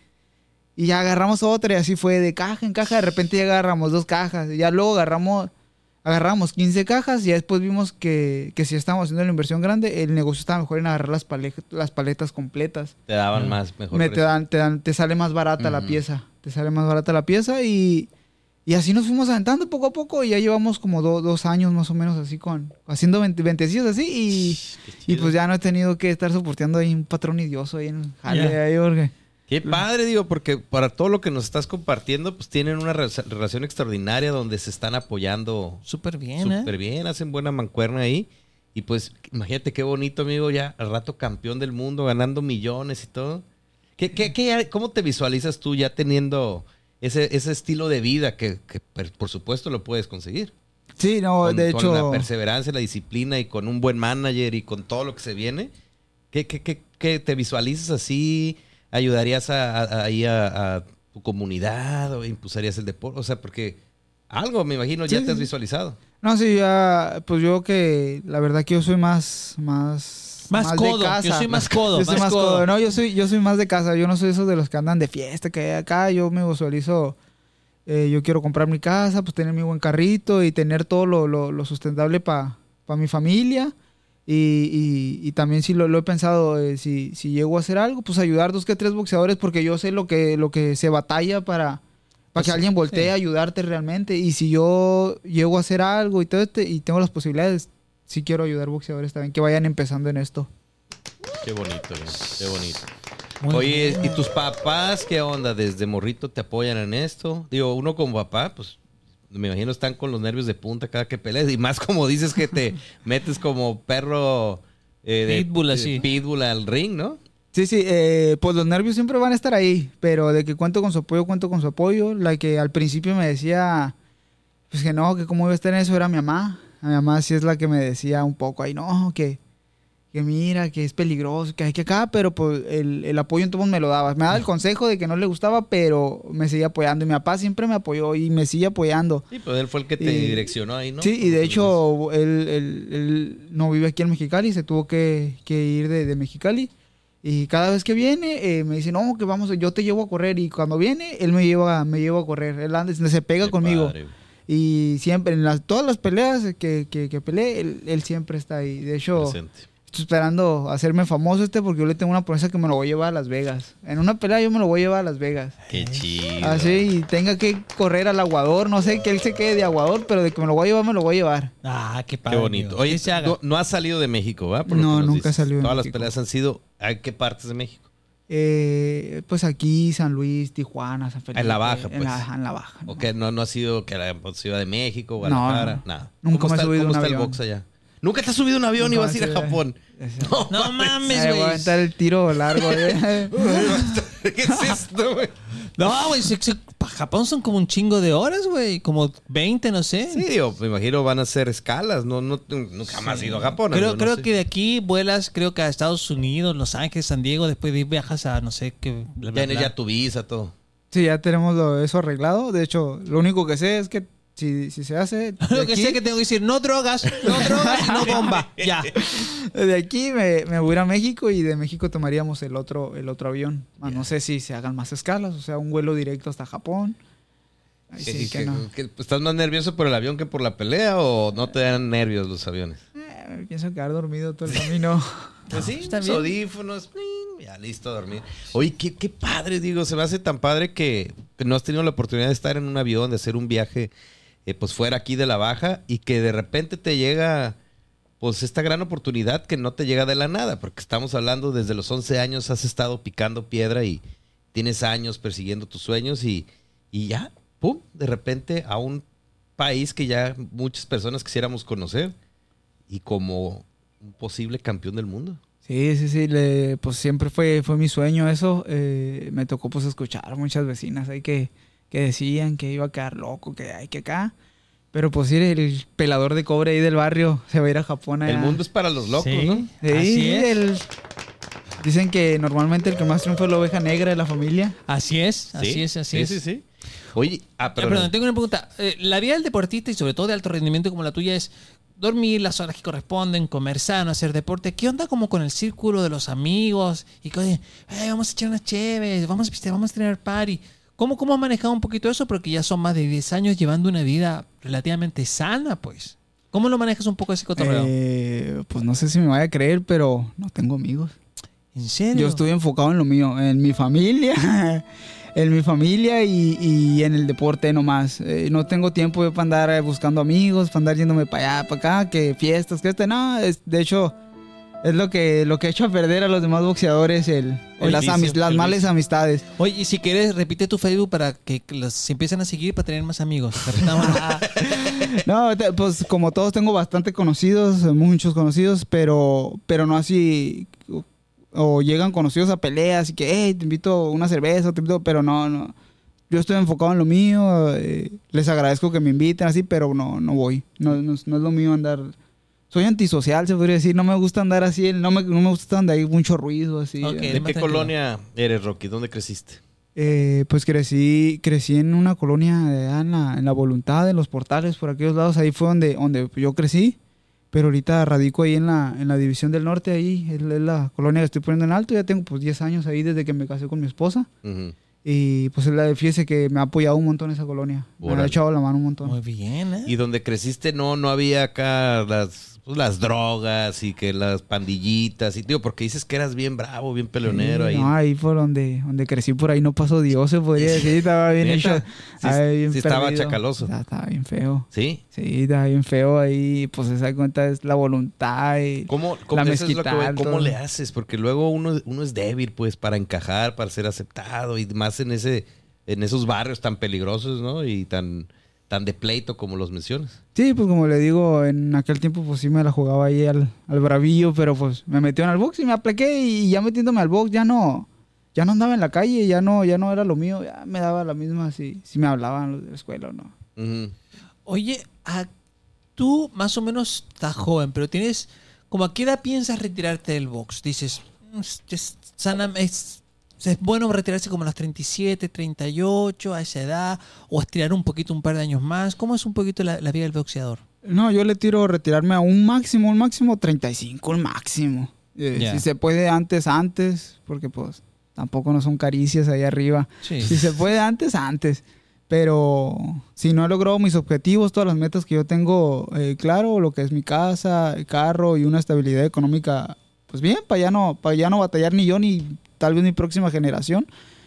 Y ya agarramos otra y así fue de caja en caja. De repente ya agarramos dos cajas. Y ya luego agarramos... Agarramos quince cajas y ya después vimos que, que si estábamos haciendo la inversión grande, el negocio estaba mejor en agarrar las, pale- las paletas completas. Te daban más, mejor Me, te, precio. dan, te, dan, te sale más barata la Ujú. pieza. Te sale más barata la pieza y, y así nos fuimos aventando poco a poco. Y ya llevamos como do- dos años más o menos así con haciendo vente- ventecillos así. Y, Qué y chido. pues ya no he tenido que estar soporteando ahí un patrón idioso ahí en el jale. Ya. Ahí, porque... Qué padre, digo, porque para todo lo que nos estás compartiendo, pues tienen una re- relación extraordinaria donde se están apoyando Súper bien, ¿eh? súper bien, hacen buena mancuerna ahí. Y pues, imagínate qué bonito, amigo, ya al rato campeón del mundo, ganando millones y todo. ¿Qué, qué, qué- cómo te visualizas tú ya teniendo ese, ese estilo de vida que, que, per- por supuesto, lo puedes conseguir? Sí, no, Con, de con hecho... la perseverancia, la disciplina y con un buen manager y con todo lo que se viene. ¿Qué, qué, qué, qué te visualizas así? ¿Ayudarías a, a- ahí a, a tu comunidad o impulsarías el deporte? O sea, porque algo, me imagino, ya Sí, te has sí. visualizado. No, sí, ya, pues yo que la verdad que yo soy más, más, Más de codo. casa. Yo soy más codo. Yo soy más más codo. codo. No, yo soy, yo soy más de casa. Yo no soy esos de los que andan de fiesta, que hay acá. Yo me visualizo, eh, yo quiero comprar mi casa, pues tener mi buen carrito y tener todo lo, lo, lo sustentable para mi familia. Y, y, y también sí lo, lo he pensado, eh, si, si llego a hacer algo, pues ayudar dos que tres boxeadores, porque yo sé lo que, lo que se batalla para, para Pues que sí, alguien voltee sí. a ayudarte realmente. Y si yo llego a hacer algo y todo este, y tengo las posibilidades, sí quiero ayudar boxeadores también que vayan empezando en esto. Qué bonito, güey, qué bonito. Muy Oye, bien. ¿y tus papás qué onda? ¿Desde morrito te apoyan en esto? Digo, uno como papá, pues me imagino están con los nervios de punta cada que peleas. Y más como dices que te metes como perro eh, de Pitbull, de así. pitbull al ring, ¿no? Sí, sí, eh, pues los nervios siempre van a estar ahí, pero de que cuento con su apoyo, cuento con su apoyo. La que al principio me decía, pues que no, que cómo iba a estar en eso era mi mamá. A mi mamá sí es la que me decía un poco, ay no, que, que mira, que es peligroso, que hay que acá, pero pues el, el apoyo entonces me lo daba. Me daba el consejo de que no le gustaba, pero me seguía apoyando. Y mi papá siempre me apoyó y me sigue apoyando. Sí, pues él fue el que te Y- direccionó ahí, ¿no? Sí, y de Como hecho él, él- él no vive aquí en Mexicali, se tuvo que, que ir de, de Mexicali. Y cada vez que viene, eh, me dice, no, que vamos, yo te llevo a correr. Y cuando viene, él me lleva, me lleva a correr. Él anda, se pega Qué conmigo. padre, güey. Y siempre, en las, todas las peleas que, que, que peleé, él, él siempre está ahí. De hecho, Presente. estoy esperando hacerme famoso este porque yo le tengo una promesa que me lo voy a llevar a Las Vegas. En una pelea yo me lo voy a llevar a Las Vegas. Qué chido. Así, y tenga que correr al aguador. No sé que él se quede de aguador, pero de que me lo voy a llevar, me lo voy a llevar. Ah, qué Qué padre. bonito. amigo. Oye, Que se haga. no, no has salido de México, ¿va? Por lo No, que nos nunca he dices. salido de Todas México. las peleas han sido... ¿A qué partes de México? Eh, pues aquí, San Luis, Tijuana, San Felipe. En la baja, En pues. la, en la baja. ¿no? ¿O que no, no ha sido que la Ciudad de México, Guadalajara? No, no. Nada. Nunca ¿Cómo me he está, subido cómo un está el avión. box allá? ¿Nunca te has subido un avión y Nunca vas a ir a me he subido- Japón? Ese- No mames, Ay, voy a güey. aventar el tiro largo, eh. ¿Qué es esto, güey? No, güey. se- se- pa' Japón son como un chingo de horas, güey. Como veinte, no sé. Sí, digo, me imagino van a ser escalas. No, no, nunca más has ido a Japón. Creo, amigo, no creo sé. que de aquí vuelas, creo que a Estados Unidos, Los Ángeles, San Diego, después de ahí viajas a no sé qué. bla, bla, Tienes bla. ya tu visa, todo. Sí, ya tenemos lo- eso arreglado. De hecho, lo único que sé es que si, si se hace. de Lo que aquí- sé que tengo que decir, no drogas, no drogas y no bomba. Ya. De aquí me, me voy a ir a México y de México tomaríamos el otro, el otro avión. Ah, no sé si se hagan más escalas, o sea, un vuelo directo hasta Japón. Ay, ¿Qué- sí, qué- que no. qué- ¿Estás más nervioso por el avión que por la pelea o no te dan nervios los aviones? Eh, me pienso quedar dormido todo el camino. Pues sí, está unos bien. audífonos, pling, ya listo a dormir. Oye, qué, qué padre, digo, se me hace tan padre que, que no has tenido la oportunidad de estar en un avión, de hacer un viaje, eh, pues fuera aquí de la baja y que de repente te llega pues esta gran oportunidad que no te llega de la nada, porque estamos hablando desde los once años has estado picando piedra y tienes años persiguiendo tus sueños y, y ya, pum, de repente a un país que ya muchas personas quisiéramos conocer y como un posible campeón del mundo. Sí, sí, sí, le, pues siempre fue, fue mi sueño eso. Eh, me tocó pues escuchar muchas vecinas ahí que, que decían que iba a quedar loco, que hay que acá. Pero pues sí, el pelador de cobre ahí del barrio se va a ir a Japón. Allá. El mundo es para los locos, Sí. ¿no? Sí, Así es. el- dicen que normalmente el que más triunfa es la oveja negra de la familia. Así es, así Sí, es, así sí, es. Sí, sí, Oye, ah, Ah, perdón. perdón, tengo una pregunta. Eh, la vida del deportista y sobre todo de alto rendimiento como la tuya es dormir las horas que corresponden, comer sano, hacer deporte. ¿Qué onda como con el círculo de los amigos? Y que oye, "Hey, vamos a echar unas chéves, vamos a pistear, vamos a tener party". ¿Cómo, ¿Cómo has manejado un poquito eso? Porque ya son más de diez años llevando una vida relativamente sana, pues. ¿Cómo lo manejas un poco ese cotorreo? Eh, pues no sé si me vaya a creer, pero no tengo amigos. ¿En serio? Yo estoy enfocado en lo mío, en mi familia, en mi familia y, y en el deporte nomás. Eh, no tengo tiempo yo para andar eh, buscando amigos, para andar yéndome para allá, para acá, que fiestas, que este, no. Es, de hecho, es lo que lo que ha hecho a perder a los demás boxeadores, el, el El las, vicio, amis- las el malas vicio. amistades. Oye, y si quieres, repite tu Facebook para que los se empiecen a seguir para tener más amigos. Repitamos. No, te- pues como todos tengo bastante conocidos, muchos conocidos, pero, pero no así... O, o llegan conocidos a peleas y que, hey, te invito a una cerveza, te invito, pero no, no. Yo estoy enfocado en lo mío, eh, les agradezco que me inviten así, pero no, no voy. No, no, es- no es lo mío andar... Soy antisocial, se podría decir. No me gusta andar así, no me, no me gusta andar ahí mucho ruido, así. Ok. ¿De más qué tranquilo. colonia eres, Rocky? ¿Dónde creciste? Eh, pues crecí, crecí en una colonia de allá en la, en la Voluntad, en los Portales, por aquellos lados. Ahí fue donde, donde yo crecí. Pero ahorita radico ahí en la, en la División del Norte, ahí es la, es la colonia que estoy poniendo en alto. Ya tengo pues diez años ahí desde que me casé con mi esposa. Ujú. Y pues es la, fíjese que me ha apoyado un montón esa colonia. Me ha Órale. echado la mano un montón. Muy bien, ¿eh? Y donde creciste no, no había acá las, pues, las drogas y que las pandillitas y tío, porque dices que eras bien bravo, bien peleonero Sí, ahí. No, ahí por donde, donde crecí, por ahí no pasó Dios, se podría decir. Estaba bien ¿Neta? hecho. Sí, Ay, bien sí estaba perdido. chacaloso. Estaba, estaba bien feo. ¿Sí? Sí, estaba bien feo ahí. Pues esa cuenta es la voluntad. Y ¿Cómo, cómo, la eso es lo que voy- mezquital, ¿cómo todo. le haces? Porque luego uno, uno es débil, pues, para encajar, para ser aceptado y más en ese, en esos barrios tan peligrosos, ¿no? Y tan, tan de pleito como los mencionas. Sí, pues como le digo, en aquel tiempo pues sí me la jugaba ahí al, al bravillo, pero pues me metieron al box y me aplaqué y ya metiéndome al box ya no, ya no andaba en la calle, ya no, ya no era lo mío, ya me daba la misma si, si me hablaban los de la escuela o no. Ujú. Oye, a- tú más o menos estás joven, pero tienes... ¿Como a qué edad piensas retirarte del box? Dices, "Mm, es, es sana- es- es bueno retirarse como a los treinta y siete, treinta y ocho, a esa edad, o estirar un poquito, un par de años más. ¿Cómo es un poquito la, la vida del boxeador? No, yo le tiro retirarme a un máximo, un máximo treinta y cinco, un máximo. Eh, Ya. Si se puede antes, antes, porque pues tampoco no son caricias ahí arriba. Sí. Si se puede antes, antes. Pero si no he logrado mis objetivos, todas las metas que yo tengo, eh, claro, lo que es mi casa, el carro y una estabilidad económica, pues bien, para ya no, para ya no batallar ni yo ni tal vez mi próxima generación,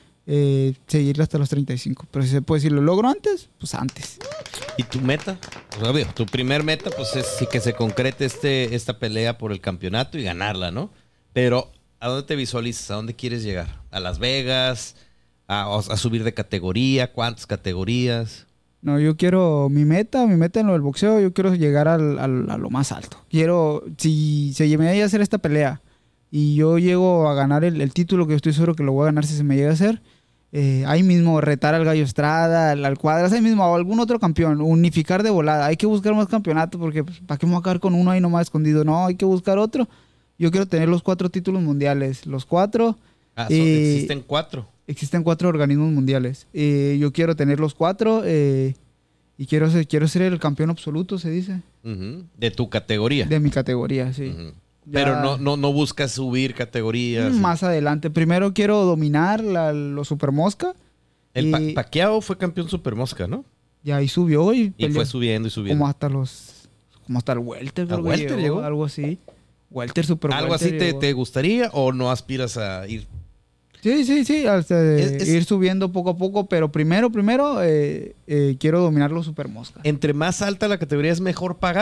eh, seguirle hasta los treinta y cinco. Pero si se puede, si lo logro antes, pues antes. ¿Y tu meta? Pues, obvio, tu primer meta pues es sí que se concrete este, esta pelea por el campeonato y ganarla, ¿no? Pero, ¿a dónde te visualizas? ¿A dónde quieres llegar? ¿A Las Vegas? ¿A, a subir de categoría? ¿Cuántas categorías? No, yo quiero mi meta, mi meta en lo del boxeo, yo quiero llegar al, al- a lo más alto. Quiero, si se me llega a hacer esta pelea y yo llego a ganar el, el título, que yo estoy seguro que lo voy a ganar si se me llega a hacer, eh, ahí mismo retar al Gallo Estrada, al, al Cuadras, ahí mismo a algún otro campeón, unificar de volada. Hay que buscar más campeonatos porque pues, ¿para qué me voy a quedar con uno ahí nomás escondido? No, hay que buscar otro. Yo quiero tener los cuatro títulos mundiales, los cuatro. Ah, son- Eh, existen cuatro. Existen cuatro organismos mundiales. Eh, yo quiero tener los cuatro eh, y quiero ser, quiero ser el campeón absoluto, se dice, Ujú. De tu categoría. de mi categoría, sí. Ujú. Ya- Pero no, no, no buscas subir categorías. Mm, Más adelante. Primero quiero dominar la, los Super Mosca. El Pa- y- Pacquiao fue campeón super mosca, ¿no? Y ahí subió y, Y peleó fue subiendo y subiendo. como hasta los... Como hasta el Welter. creo que Welter llegó? Algo así. Welter, Super ¿Algo Welter así te, llegó. te gustaría o no aspiras a ir? Sí, sí, sí. Hasta de Es- es- ir subiendo poco a poco. Pero primero, primero, eh, eh, quiero dominar los Super Mosca. ¿Entre más alta la categoría es mejor pagado?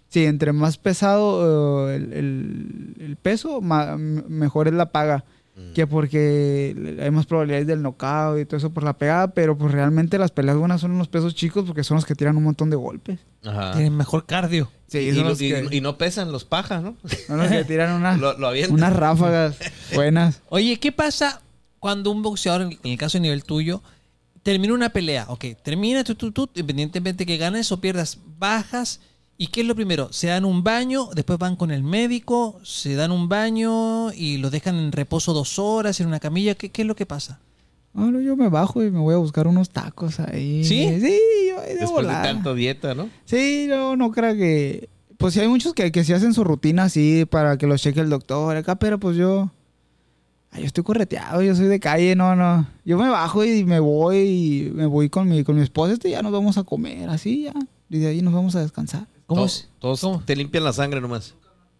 Sí, entre más pesado uh, el, el, el peso, ma, mejor es la paga. Mm. Que porque hay más probabilidades del knockout y todo eso por la pegada, pero pues realmente las peleas buenas son los pesos chicos porque son los que tiran un montón de golpes. Ajá. Tienen mejor cardio. Sí, y, y, que... y, y no pesan los pajas, ¿no? Son los que tiran una, lo, lo unas ráfagas buenas. Oye, ¿qué pasa cuando un boxeador, en el caso de nivel tuyo, termina una pelea? Ok, termina, tú, tú, tú, independientemente que ganes o pierdas, bajas. ¿Y qué es lo primero? Se dan un baño, después van con el médico, se dan un baño y los dejan en reposo dos horas en una camilla. ¿Qué, qué es lo que pasa? Bueno, yo me bajo y me voy a buscar unos tacos ahí. ¿Sí? Sí, yo de Después volada. De tanto dieta, ¿no? Sí, no, no creo que... Pues sí hay muchos que, que sí hacen su rutina así para que los cheque el doctor acá, pero pues yo... Ay, yo estoy correteado, yo soy de calle, no, no. Yo me bajo y me voy y me voy con mi, con mi esposa este y ya nos vamos a comer, así ya. Y de ahí nos vamos a descansar. ¿Cómo es? Todos ¿Cómo? Te limpian la sangre nomás.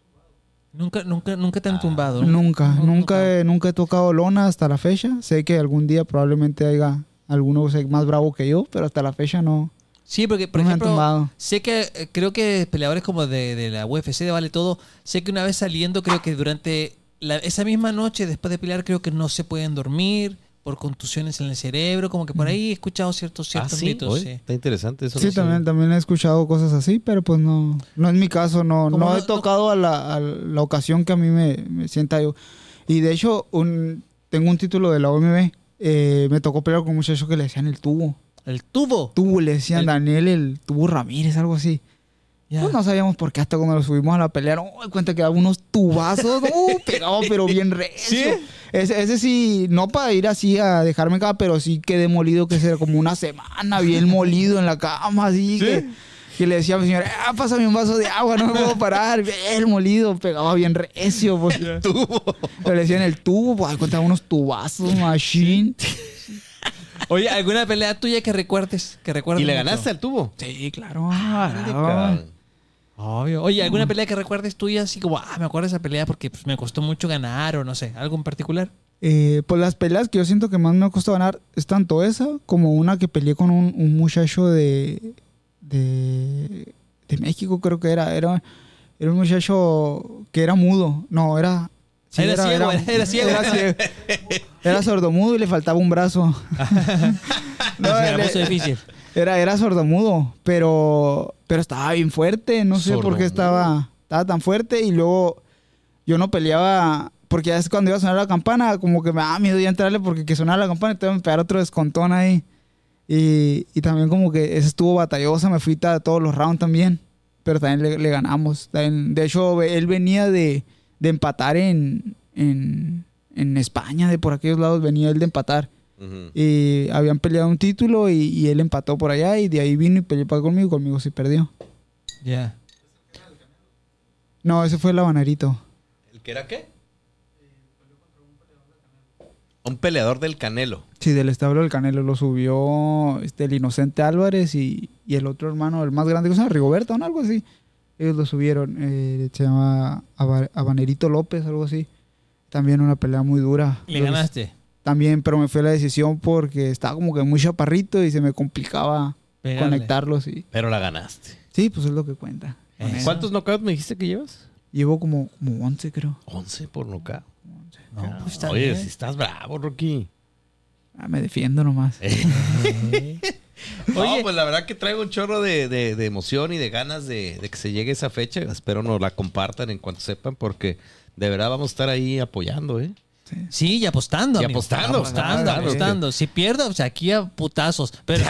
Nunca, nunca, nunca te han tumbado, ¿no? Nunca, no, nunca, nunca. He, nunca he tocado lona hasta la fecha. Sé que algún día probablemente haya alguno más bravo que yo, pero hasta la fecha no. Sí, porque, por no ejemplo, sé que, creo que peleadores como de, de la U F C, de Vale Todo, sé que una vez saliendo, creo que durante la, esa misma noche, después de pelear, creo que no se pueden dormir por contusiones en el cerebro, como que por ahí he escuchado ciertos, ciertos ah, ¿sí? mitos. Oye, sí. Está interesante eso. Sí, no también, también he escuchado cosas así, pero pues no, no es mi caso, no, no, no he tocado no... a, la, a la ocasión que a mí me, me sienta yo. Y de hecho, un, tengo un título de la O M B, eh, me tocó pelear con un muchacho que le decían el tubo. ¿El tubo? Tubo, le decían el... Daniel el tubo Ramírez, algo así. Yeah. Pues no sabíamos por qué hasta cuando lo subimos a la pelea, no, me cuenta que daba unos tubazos, no, pegado pero bien recio. ¿Sí? Ese, ese sí, no para ir así a dejarme acá, pero sí quedé molido, que será como una semana, bien molido en la cama, así, ¿sí? que, que le decía a mi señora, ah, pásame un vaso de agua, no me puedo parar, bien molido, pegaba bien recio. Pues. El tubo. Le decían el tubo, pues cuenta unos tubazos, machine. Oye, ¿alguna pelea tuya que recuerdes? Que recuerdes ¿Y le mucho? ganaste al tubo? Sí, claro. Ah, Obvio. Oye, ¿alguna pelea que recuerdes tuya así como, ah, me acuerdo de esa pelea porque pues, me costó mucho ganar o no sé, algo en particular? Eh, pues las peleas que yo siento que más me costó ganar es tanto esa como una que peleé con un, un muchacho de, de de México, creo que era. Era, era un muchacho que era mudo. No, era... Sí, era, era, ciego, era, era ciego. Era ciego. Era sordomudo y le faltaba un brazo. No, era muy difícil. Era, era sordomudo, pero, pero estaba bien fuerte. No sé por qué estaba, estaba tan fuerte. Y luego yo no peleaba, porque ya es cuando iba a sonar la campana, como que me daba miedo ya entrarle porque que sonara la campana y te iba a pegar otro descontón ahí. Y, y también como que esa estuvo batallosa, me fui a todos los rounds también. Pero también le, le ganamos. También, de hecho, él venía de, de empatar en, en, en España, de por aquellos lados venía él de empatar. Uh-huh. Y habían peleado un título y, y él empató por allá y de ahí vino y peleó para conmigo, conmigo sí perdió. Ya. Yeah. No, ese fue el habanerito. ¿El que era qué? Un peleador del Canelo. Sí, del establo del Canelo. Lo subió este, el Inocente Álvarez y, y el otro hermano, el más grande, que se llama Rigoberto, ¿no? Algo así. Ellos lo subieron. Eh, se llama Habanerito López, algo así. También una pelea muy dura. ¿Le ganaste? También, pero me fue la decisión porque estaba como que muy chaparrito y se me complicaba Pegarle. conectarlos. Y... Pero la ganaste. Sí, pues es lo que cuenta. Eh. ¿Cuántos knockouts me dijiste que llevas? Llevo como, como once, creo. ¿once por knockout? No, no, pues está oye, bien. si estás bravo, Rocky. Ah, me defiendo nomás. Oye, no, pues la verdad que traigo un chorro de, de, de emoción y de ganas de, de que se llegue esa fecha. Espero nos la compartan en cuanto sepan, porque de verdad vamos a estar ahí apoyando, ¿eh? Sí, sí y apostando. Y apostando. Apostando, apostando. apostando. Si pierdo, o sea, aquí a putazos. Pero...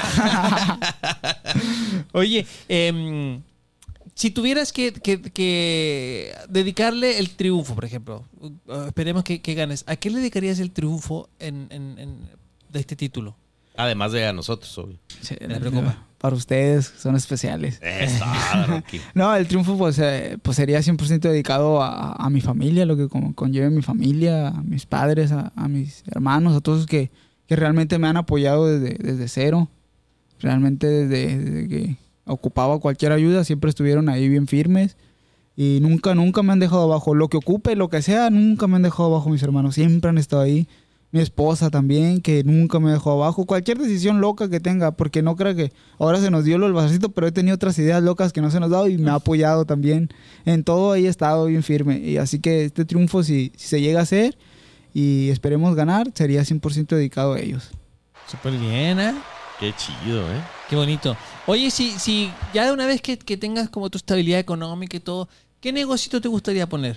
Oye, eh, si tuvieras que, que, que dedicarle el triunfo, por ejemplo, uh, esperemos que, que ganes, ¿a qué le dedicarías el triunfo en, en, en, de este título? Además de a nosotros, obvio. Sí, no me preocupa. Para ustedes, son especiales. Eso, Rocky. No, el triunfo pues, eh, pues sería cien por ciento dedicado a, a mi familia, lo que con, conlleve mi familia, a mis padres, a, a mis hermanos, a todos que, que realmente me han apoyado desde, desde cero. Realmente desde, desde que ocupaba cualquier ayuda, siempre estuvieron ahí bien firmes. Y nunca, nunca me han dejado abajo. Lo que ocupe, lo que sea, nunca me han dejado abajo mis hermanos. Siempre han estado ahí. Mi esposa también, que nunca me dejó abajo. Cualquier decisión loca que tenga, porque no creo que ahora se nos dio lo del bazarcito, pero he tenido otras ideas locas que no se nos ha dado y me ha apoyado también. En todo ahí he estado bien firme. Y así que este triunfo, si, si se llega a hacer y esperemos ganar, sería cien por ciento dedicado a ellos. Súper bien, ¿eh? Qué chido, ¿eh? Qué bonito. Oye, si, si ya de una vez que, que tengas como tu estabilidad económica y todo, ¿qué negocito te gustaría poner?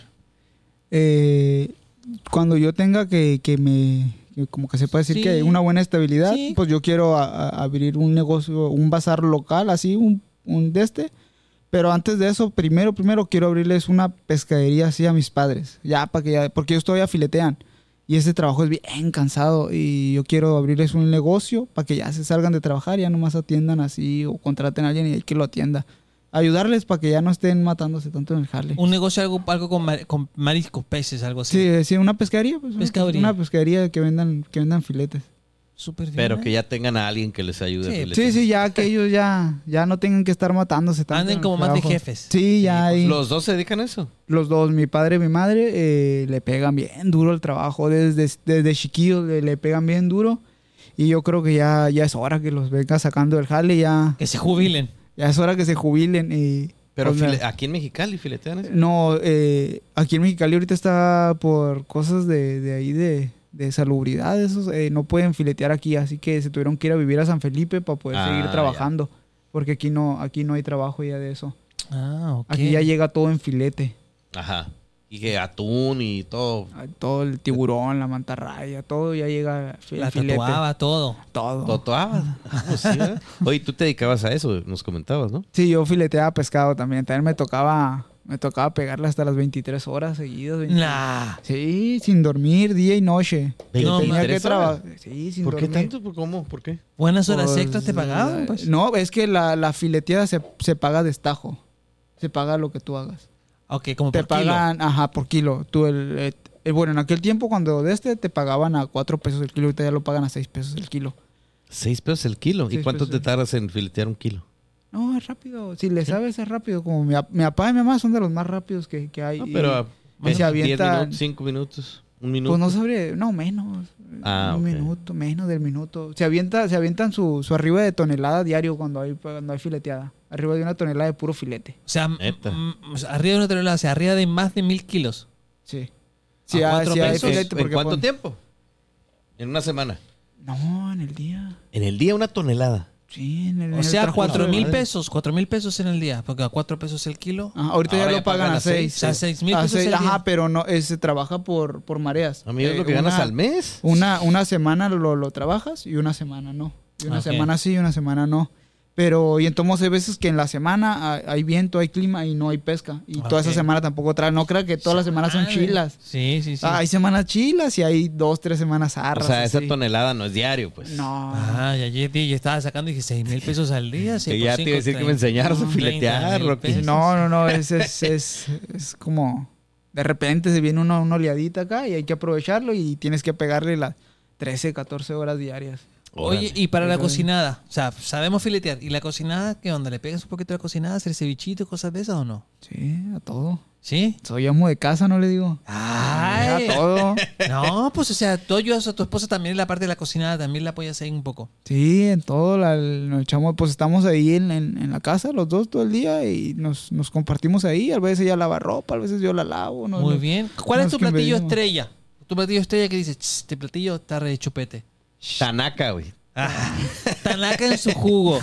Eh... Cuando yo tenga que, que me... Que como que se puede decir Sí. que hay una buena estabilidad, Sí. pues yo quiero a- a- abrir un negocio, un bazar local, así, un, un de este. Pero antes de eso, primero, primero quiero abrirles una pescadería así a mis padres. Ya, para que ya... Porque ellos todavía filetean. Y ese trabajo es bien cansado. Y yo quiero abrirles un negocio para que ya se salgan de trabajar, ya nomás atiendan así o contraten a alguien y hay que lo atienda. Ayudarles para que ya no estén matándose tanto en el jale. Un negocio, algo, algo con, mar- con mariscos, peces, algo así. Sí, sí, una pescadería. Pues, Pescadería. Una pescadería que vendan, que vendan filetes. Súper bien. Pero ¿eh? que ya tengan a alguien que les ayude. Sí, a filetear. Sí, sí, ya que ellos ya, ya no tengan que estar matándose tanto. Anden en el como más de trabajo. jefes. Sí, ya pues, hay- ¿Los dos se dedican a eso? los dos, mi padre y mi madre, eh, le pegan bien duro el trabajo. Desde, desde chiquillos le, le pegan bien duro. Y yo creo que ya, ya es hora que los venga sacando del jale. Ya, Que se jubilen. ya es hora que se jubilen. Y, Pero pues, file- aquí en Mexicali filetean eso. no, eh, aquí en Mexicali ahorita está por cosas de, de ahí de, de salubridad. Esos, eh, no pueden filetear aquí. Así que se tuvieron que ir a vivir a San Felipe para poder Ah, seguir ya. trabajando. Porque aquí no, aquí no hay trabajo ya de eso. Ah, ok. Aquí ya llega todo en filete. Ajá. Y que atún y todo. Ah, todo el tiburón, la mantarraya, todo ya llega fi- La filete. tatuaba, todo. Todo. Totoaba. Ah, pues sí, ¿eh? Oye, tú te dedicabas a eso, nos comentabas, ¿no? Sí, yo fileteaba pescado también. También me tocaba, me tocaba pegarle hasta las veintitrés horas seguidas. veinte Nah. Sí, sin dormir, día y noche. No, Tenía que ¿veintitrés trabajar. horas? Sí, sin ¿Por qué dormir. tanto? ¿Por ¿Cómo? ¿Por qué? Buenas horas Pues, extras te pagaban, pues. No, es que la, la fileteada se, se paga de estajo. Se paga lo que tú hagas. Ok, como Te por kilo. pagan, ajá, por kilo. Tú el, eh, eh, bueno, en aquel tiempo cuando de este te pagaban a cuatro pesos el kilo, ahorita ya lo pagan a seis pesos el kilo. Seis pesos el kilo. ¿Y Seis cuánto pesos. te tardas en filetear un kilo? No, es rápido. Si le sabes, es rápido. Como mi, ap- mi papá y mi mamá son de los más rápidos que, que hay. No, Y, pero a y se diez avientan- minutos, cinco minutos, un minuto. Pues no sabría, no, menos. Ah, un ok. minuto, menos del minuto. Se avienta, se avientan su, su arriba de tonelada diario cuando hay, cuando hay fileteada. Arriba de una tonelada de puro filete. O sea, m- Neta. m- o sea, arriba de una tonelada, o sea, arriba de más de mil kilos. Sí. Si ¿A hay, cuatro si hay pesos? filete, ¿En porque cuánto pon- tiempo? En una semana. No, en el día. En el día una tonelada. Sí, en el en O el sea, transcurso cuatro del mil día. pesos. Cuatro mil pesos en el día. Porque a cuatro pesos el kilo. Ajá, ahorita Ahora ya ya lo pagan pagan a a seis. seis. O sea, seis mil A pesos seis, el día. ajá, pero no, eh, se trabaja por, por mareas. Amigo, es Eh, lo que ganas una- al mes. Una, una semana lo, lo trabajas y una semana no. Y una Ok. semana sí y una semana no. Pero, y entonces hay veces que en la semana hay, hay viento, hay clima y no hay pesca. Y toda esa Ok. semana tampoco trae. No creo que todas las semanas son Madre. chilas. Sí, sí, sí. Ah, hay semanas chilas y hay dos, tres semanas O arras. sea, esa así. tonelada no es diario, pues. No. Ah, y ayer ya estaba sacando y dije seis mil pesos al día. Que ya te iba a decir que me enseñaras a filetear, Rocky. No, no, no. Es, es, es, es como... De repente se viene una, una oleadita acá y hay que aprovecharlo y tienes que pegarle las trece, catorce horas diarias. Oye, y para la Eso es. cocinada, o sea, sabemos filetear. ¿Y la cocinada qué onda? ¿Le pegas un poquito a la cocinada, hacer cevichito, cosas de esas o no? Sí, a todo. ¿Sí? Soy amo de casa, no le digo. Ay, A todo. no, pues o sea, tú ayudas a tu esposa también en la parte de la cocinada, también la apoyas ahí un poco. Sí, en todo. La, nos echamos, pues estamos ahí en, en, en la casa los dos todo el día y nos, nos compartimos ahí. A veces ella lava ropa, a veces yo la lavo. No, Muy no- bien. ¿Cuál es nos tu platillo convenimos. estrella? Tu platillo estrella que dices, "Ch, este platillo está re de chupete. Tanaka, güey. Ah, Tanaka en su jugo.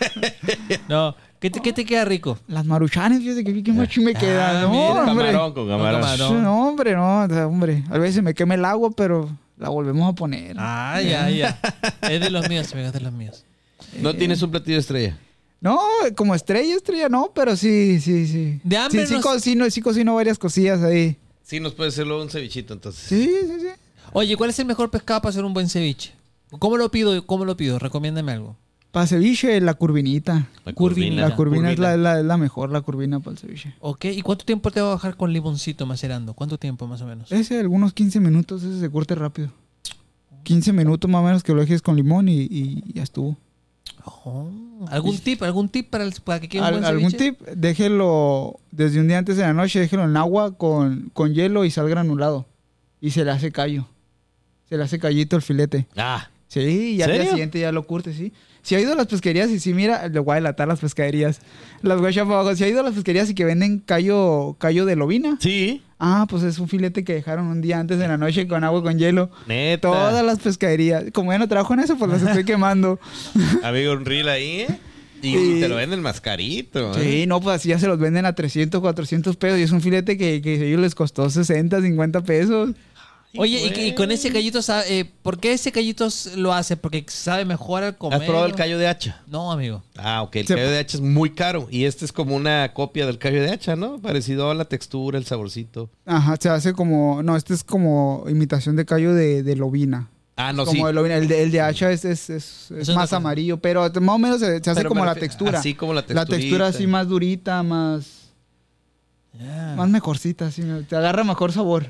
No, ¿qué te, qué te queda rico? Las maruchanes, fíjate que qué macho me Ah, queda. No, mira, hombre. Camarón con camarón. Con camarón. No, hombre, no, o sea, hombre. A veces me quema el agua, pero la volvemos a poner. Ah, ya, ya. Es de los míos, amigos, es de los míos. ¿No tienes un platillo estrella? No, como estrella, estrella, no, pero sí, sí, sí. De hambre sí, sí, nos- cocino, sí cocino varias cosillas ahí. Sí, nos puede hacer luego un cevichito, entonces. Sí, sí, sí. Oye, ¿cuál es el mejor pescado para hacer un buen ceviche? ¿Cómo lo pido? ¿Cómo lo pido? Recomiéndame algo. Para ceviche, la curvinita. La Curvina. La Ya, curvina, Es, la, es la- es la mejor, la curvina para el ceviche. Ok, ¿y cuánto tiempo te va a bajar con limoncito macerando? ¿Cuánto tiempo más o menos? Ese, algunos quince minutos, ese se curte rápido. quince minutos más o menos que lo dejes con limón y, y ya estuvo. Oh, ¿Algún tip? ¿Algún tip para, el- para que quede un Al- buen ¿Algún ceviche? tip? Déjelo desde un día antes de la noche, déjelo en agua con, con hielo y sal granulado. Y se le hace callo. Se le hace callito el filete. Ah, Sí, y al día ¿Serio? siguiente ya lo curte, sí. Si ha ido a las pesquerías y sí, mira, le voy a delatar las pescaderías. Las voy a echar para abajo. Si ha ido a las pesquerías y que venden callo, callo de lobina. sí. Ah, pues es un filete que dejaron un día antes en la noche con agua con hielo. Neta. Todas las pescaderías. Como ya no trabajo en eso, pues las estoy quemando. Amigo, un reel ahí, ¿eh? Y, Sí. y te lo venden más carito, ¿eh? Sí, no, pues así ya se los venden a trescientos, cuatrocientos pesos. Y es un filete que, que a ellos les costó sesenta, cincuenta pesos. Oye, y, güey. y con ese callito, sabe- eh, ¿por qué ese callito s- lo hace? ¿Porque sabe mejor al comer? ¿Has probado el callo de hacha? No, amigo. Ah, ok. El Se- callo de hacha es muy caro. Y este es como una copia del callo de hacha, ¿no? Parecido a la textura, el saborcito. Ajá, se hace como... No, este es como imitación de callo de, de lobina. Ah, no, como sí. de lobina. El de, el de hacha es, es, es, es Es otra más cosa. amarillo, pero más o menos se, se hace Pero como me la refiero- textura. Así como la La textura. textura así más durita, más... Ya. Más mejorcita, así. Te agarra mejor sabor.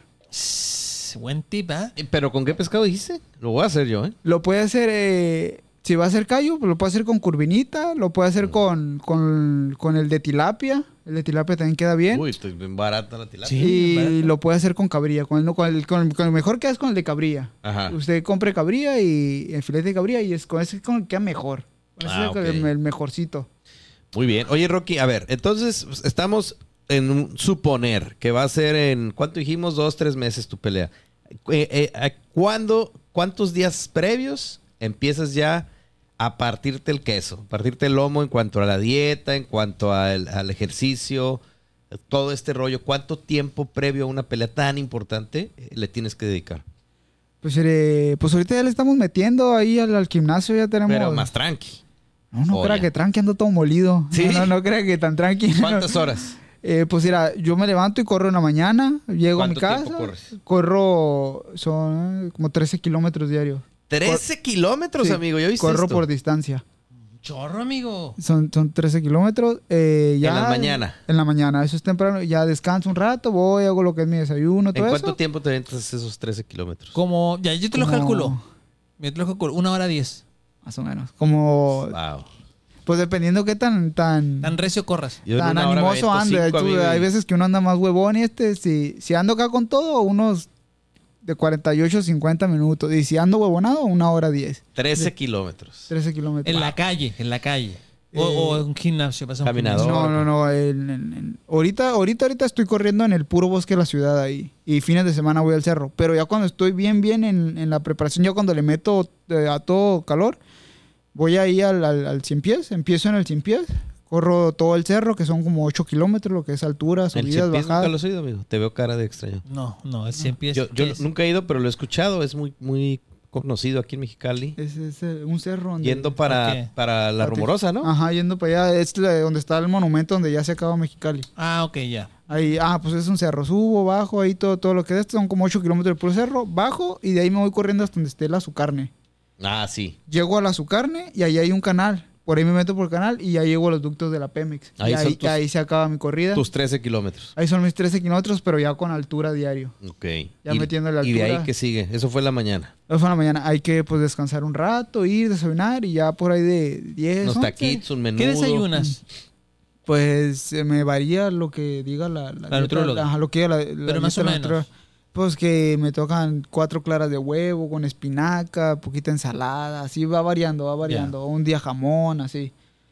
Sss, Buen tip, ¿ah? ¿Pero con qué pescado dijiste? Lo voy a hacer yo, ¿eh? Lo puede hacer... eh, si va a hacer callo, pues lo puede hacer con curvinita. Lo puede hacer con, con, con el de tilapia. El de tilapia también queda bien. Uy, estoy bien barata la tilapia. Sí. Y barata. lo puede hacer con cabrilla. Con el, con el- con el- con el mejor que es con el de cabrilla. Ajá. Usted compre cabrilla y el filete de cabrilla y es con ese es con el que queda mejor. Con ese Ah, es el, ok. el mejorcito. Muy bien. Oye, Rocky, a ver, entonces pues, estamos en un suponer que va a ser en, ¿cuánto dijimos? Dos, tres meses tu pelea. Eh, eh, ¿a ¿Cuándo, cuántos días previos empiezas ya a partirte el queso, a partirte el lomo en cuanto a la dieta, en cuanto al, al ejercicio, todo este rollo? ¿Cuánto tiempo previo a una pelea tan importante eh, le tienes que dedicar? Pues, eh, pues ahorita ya le estamos metiendo ahí al, al gimnasio, ya tenemos... Pero más tranqui. No, no Oh, crea ya. que tranqui, ando todo molido. ¿Sí? No, no, no crea que tan tranqui. ¿Cuántas horas? Eh, pues mira, yo me levanto y corro en la mañana, llego a mi ¿Cuánto casa, tiempo corres? corro, son eh, como trece kilómetros diarios. trece kilómetros, Sí, amigo. ¿Ya viste corro esto? por distancia. Chorro, amigo. Son, son trece kilómetros. eh, ya, En la mañana. En la mañana, eso es temprano. Ya descanso un rato, voy, hago lo que es mi desayuno, ¿En todo cuánto eso. tiempo te aventas esos trece kilómetros? Como, ya, yo te lo Como- calculo. Yo te lo calculo. Una hora diez. Más o menos. Como, Wow. pues dependiendo qué tan, tan, Tan recio corras. Yo en tan una hora me animoso aviento ande. cinco, Tú, amigo, y- hay veces que uno anda más huevón y este, si, si ando acá con todo, unos de cuarenta y ocho, cincuenta minutos. Y si ando huevonado, una hora diez. trece kilómetros. trece kilómetros. En la calle, en la calle. O, Eh, o en un gimnasio. Vas a un caminador. gimnasio. No, no, no. en- en- en- ahorita, ahorita, ahorita estoy corriendo en el puro bosque de la ciudad ahí. Y fines de semana voy al cerro. Pero ya cuando estoy bien, bien en, en la preparación, ya cuando le meto eh, a todo calor, voy ahí al, al, al cien pies. Empiezo en el cien pies. Corro todo el cerro, que son como ocho kilómetros, lo que es altura, El subidas, cien pies nunca bajadas. lo has oído, amigo. Te veo cara de extraño. No, no, el cien pies. Yo, ¿qué yo es? nunca he ido, pero lo he escuchado. Es muy, muy conocido aquí en Mexicali. Es, es, eh, un cerro donde... Yendo ¿Por qué? para, para La Pati- Rumorosa, ¿no? Ajá, yendo para allá. Es la- donde está el monumento donde ya se acaba Mexicali. Ah, ok, ya. Ahí, ah, pues es un cerro. Subo, bajo, ahí todo, todo lo que es. Esto son como ocho kilómetros de puro cerro. Bajo y de ahí me voy corriendo hasta donde esté la Azucarne. Ah, sí. Llego a la Azucarne y ahí hay un canal. Por ahí me meto por el canal y ya llego a los ductos de la Pemex. Ahí y son ahí, tus- ahí se acaba mi corrida. Tus trece kilómetros. Ahí son mis trece kilómetros, pero ya con altura diario. Ok. Ya y, metiéndole ¿Y de ahí altura. qué sigue? Eso fue en la mañana. Eso fue en la mañana. Hay que pues descansar un rato, ir, desayunar y ya por ahí de diez, Unos once, taquitos, un menudo. ¿Qué desayunas? pues eh, me varía lo que diga la... La, La nutrióloga. Ajá, lo que diga la, la Pero más dieta o de la menos. nutrióloga. Pues que me tocan cuatro claras de huevo con espinaca, poquita ensalada, así va variando, va variando. Un día jamón, así.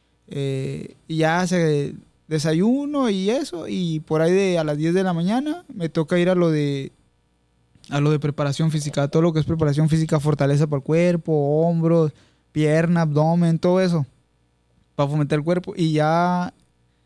Eh, y ya se desayuno y eso, y por ahí de a las diez de la mañana me toca ir a lo de a lo de preparación física, todo lo que es preparación física, fortaleza para el cuerpo, hombros, pierna, abdomen, todo eso, para fomentar el cuerpo. Y ya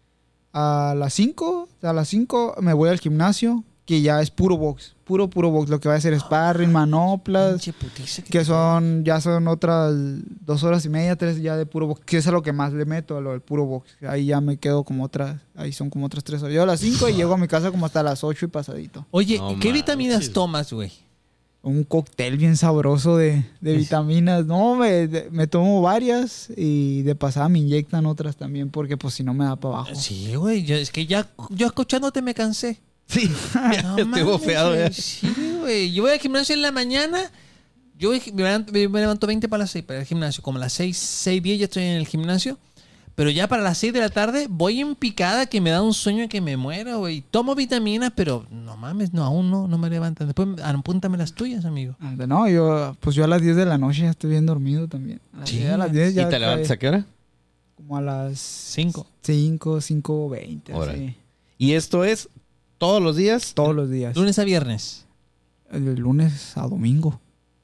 a las cinco, a las cinco me voy al gimnasio, que ya es puro box, puro, puro box, lo que va a ser sparring, manoplas, Pinche putiza que que te- son, ya son otras dos horas y media, tres ya de puro box, que es a lo que más le meto, a lo del puro box. Ahí ya me quedo como otras, ahí son como otras tres horas. Yo a las cinco y llego a mi casa como hasta las ocho y pasadito. Oye, No ¿y ¿qué manches. vitaminas tomas, güey? Un cóctel bien sabroso de, de vitaminas. No, me, de- me tomo varias y de pasada me inyectan otras también, porque pues si no me da para abajo. Sí, güey. yo- Es que ya, yo escuchándote me cansé. Sí. No Estoy mames, bofeado güey. ya. Sí, güey. Yo voy al gimnasio en la mañana. Yo voy- me levanto, me levanto veinte para las seis para ir al gimnasio. Como a las seis, seis, diez ya estoy en el gimnasio. Pero ya para las seis de la tarde voy en picada que me da un sueño que me muero, güey. Tomo vitaminas, pero no mames, no, aún no, no me levantan. Después apúntame las tuyas, amigo. No, yo, pues yo a las diez de la noche ya estoy bien dormido también. A las Sí. diez, a las diez ¿Y ya te levantas a qué hora? como a las Cinco. cinco, cinco veinte, Órale. así. Y esto es todos los días. Todos los días. Lunes a viernes. De lunes a domingo.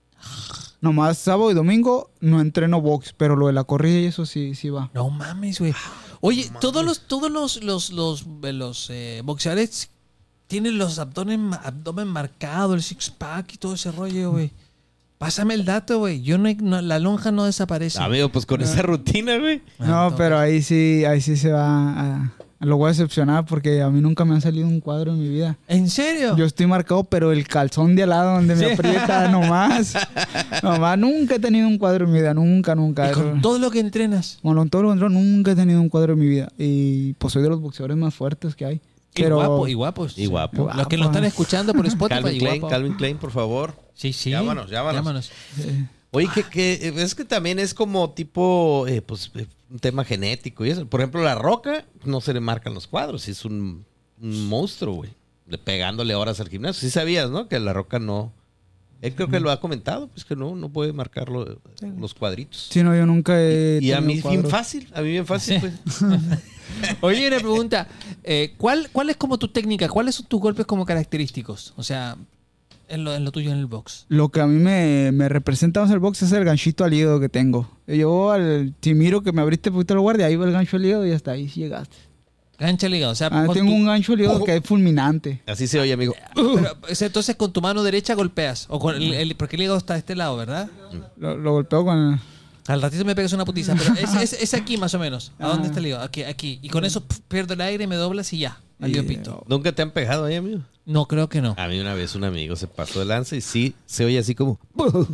Nomás sábado y domingo no entreno box, pero lo de la corrida y eso sí, sí va. No mames, güey. Oye, todos los, todos los, los, los, los eh, boxeadores tienen los abdomen, abdomen marcado, el six pack y todo ese rollo, güey. Pásame el dato, güey. Yo no, no- la lonja no desaparece. Amigo, pues con esa rutina, güey. Ah, No, no, pero ahí sí, ahí sí se va a... Lo voy a decepcionar porque a mí nunca me ha salido un cuadro en mi vida. ¿En serio? Yo estoy marcado, pero el calzón de al lado donde me Sí. aprieta nomás. Nomás, nunca he tenido un cuadro en mi vida. Nunca, nunca. Y con todo lo que entrenas. Con todo lo contrario, nunca he tenido un cuadro en mi vida. Y pues soy de los boxeadores más fuertes que hay. Y Pero guapo, y guapos. Y guapo. Los que lo están escuchando por Spotify. Calvin y Klein, guapo. Calvin Klein, por favor. Sí, sí. Llámanos, llámanos. eh, Oye, que, que es que también es como tipo, eh, pues, eh, un tema genético y eso. Por ejemplo, La Roca no se le marcan los cuadros. Es un, un monstruo, güey. Le pegándole horas al gimnasio. Sí sabías, ¿no? Que La Roca no... Él creo que lo ha comentado, pues que no, no puede marcar lo- los cuadritos. sí, no, yo nunca he Y a tenido mí bien cuadros. fácil, a mí bien fácil, Sí. pues. Oye, una pregunta. Eh, ¿cuál, ¿Cuál es como tu técnica? ¿Cuáles son tus golpes como característicos? O sea, en lo, en lo tuyo en el box. Lo que a mí me, me representa más el box es el ganchito al hígado que tengo. Yo, al, si miro que me abriste poquito el guardia, ahí va el gancho al hígado y hasta ahí sí llegaste. Gancha al hígado. O sea, Ah, con tengo tu- un gancho al hígado que es fulminante. Así se oye, amigo. pero, o sea, entonces con tu mano derecha golpeas. O con el, el- porque el hígado está de este lado, ¿verdad? Lo, lo golpeo con... Al ratito me pegas una putiza, pero es, es, es aquí más o menos. ¿A Ah. dónde está el hígado? Aquí, aquí. Y con eso pf, pierdo el aire, me doblas y ya. Al Y- pito. ¿Nunca te han pegado ahí, amigo? No, creo que no. A mí una vez un amigo se pasó de lanza y sí, se oye así como... ¿Cómo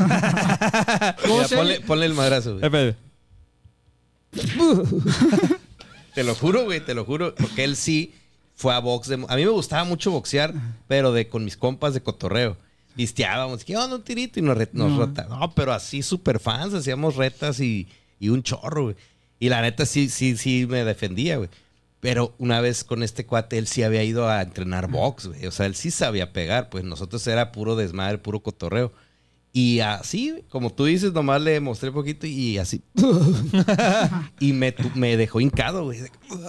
Mira, se ponle, oye? ponle el madrazo, güey. Te lo juro, güey, te lo juro. Porque él sí fue a box. De... A mí me gustaba mucho boxear, pero de con mis compas de cotorreo. Visteábamos, ¿qué onda un tirito? Y nos, re- nos No. rota. No, pero así súper fans, hacíamos retas y, y un chorro, güey. Y la neta sí, sí, sí me defendía, güey. Pero una vez con este cuate, él sí había ido a entrenar box, güey. O sea, él sí sabía pegar, pues nosotros era puro desmadre, puro cotorreo. Y así, como tú dices, nomás le mostré poquito y así. Y me, tu- me dejó hincado, güey.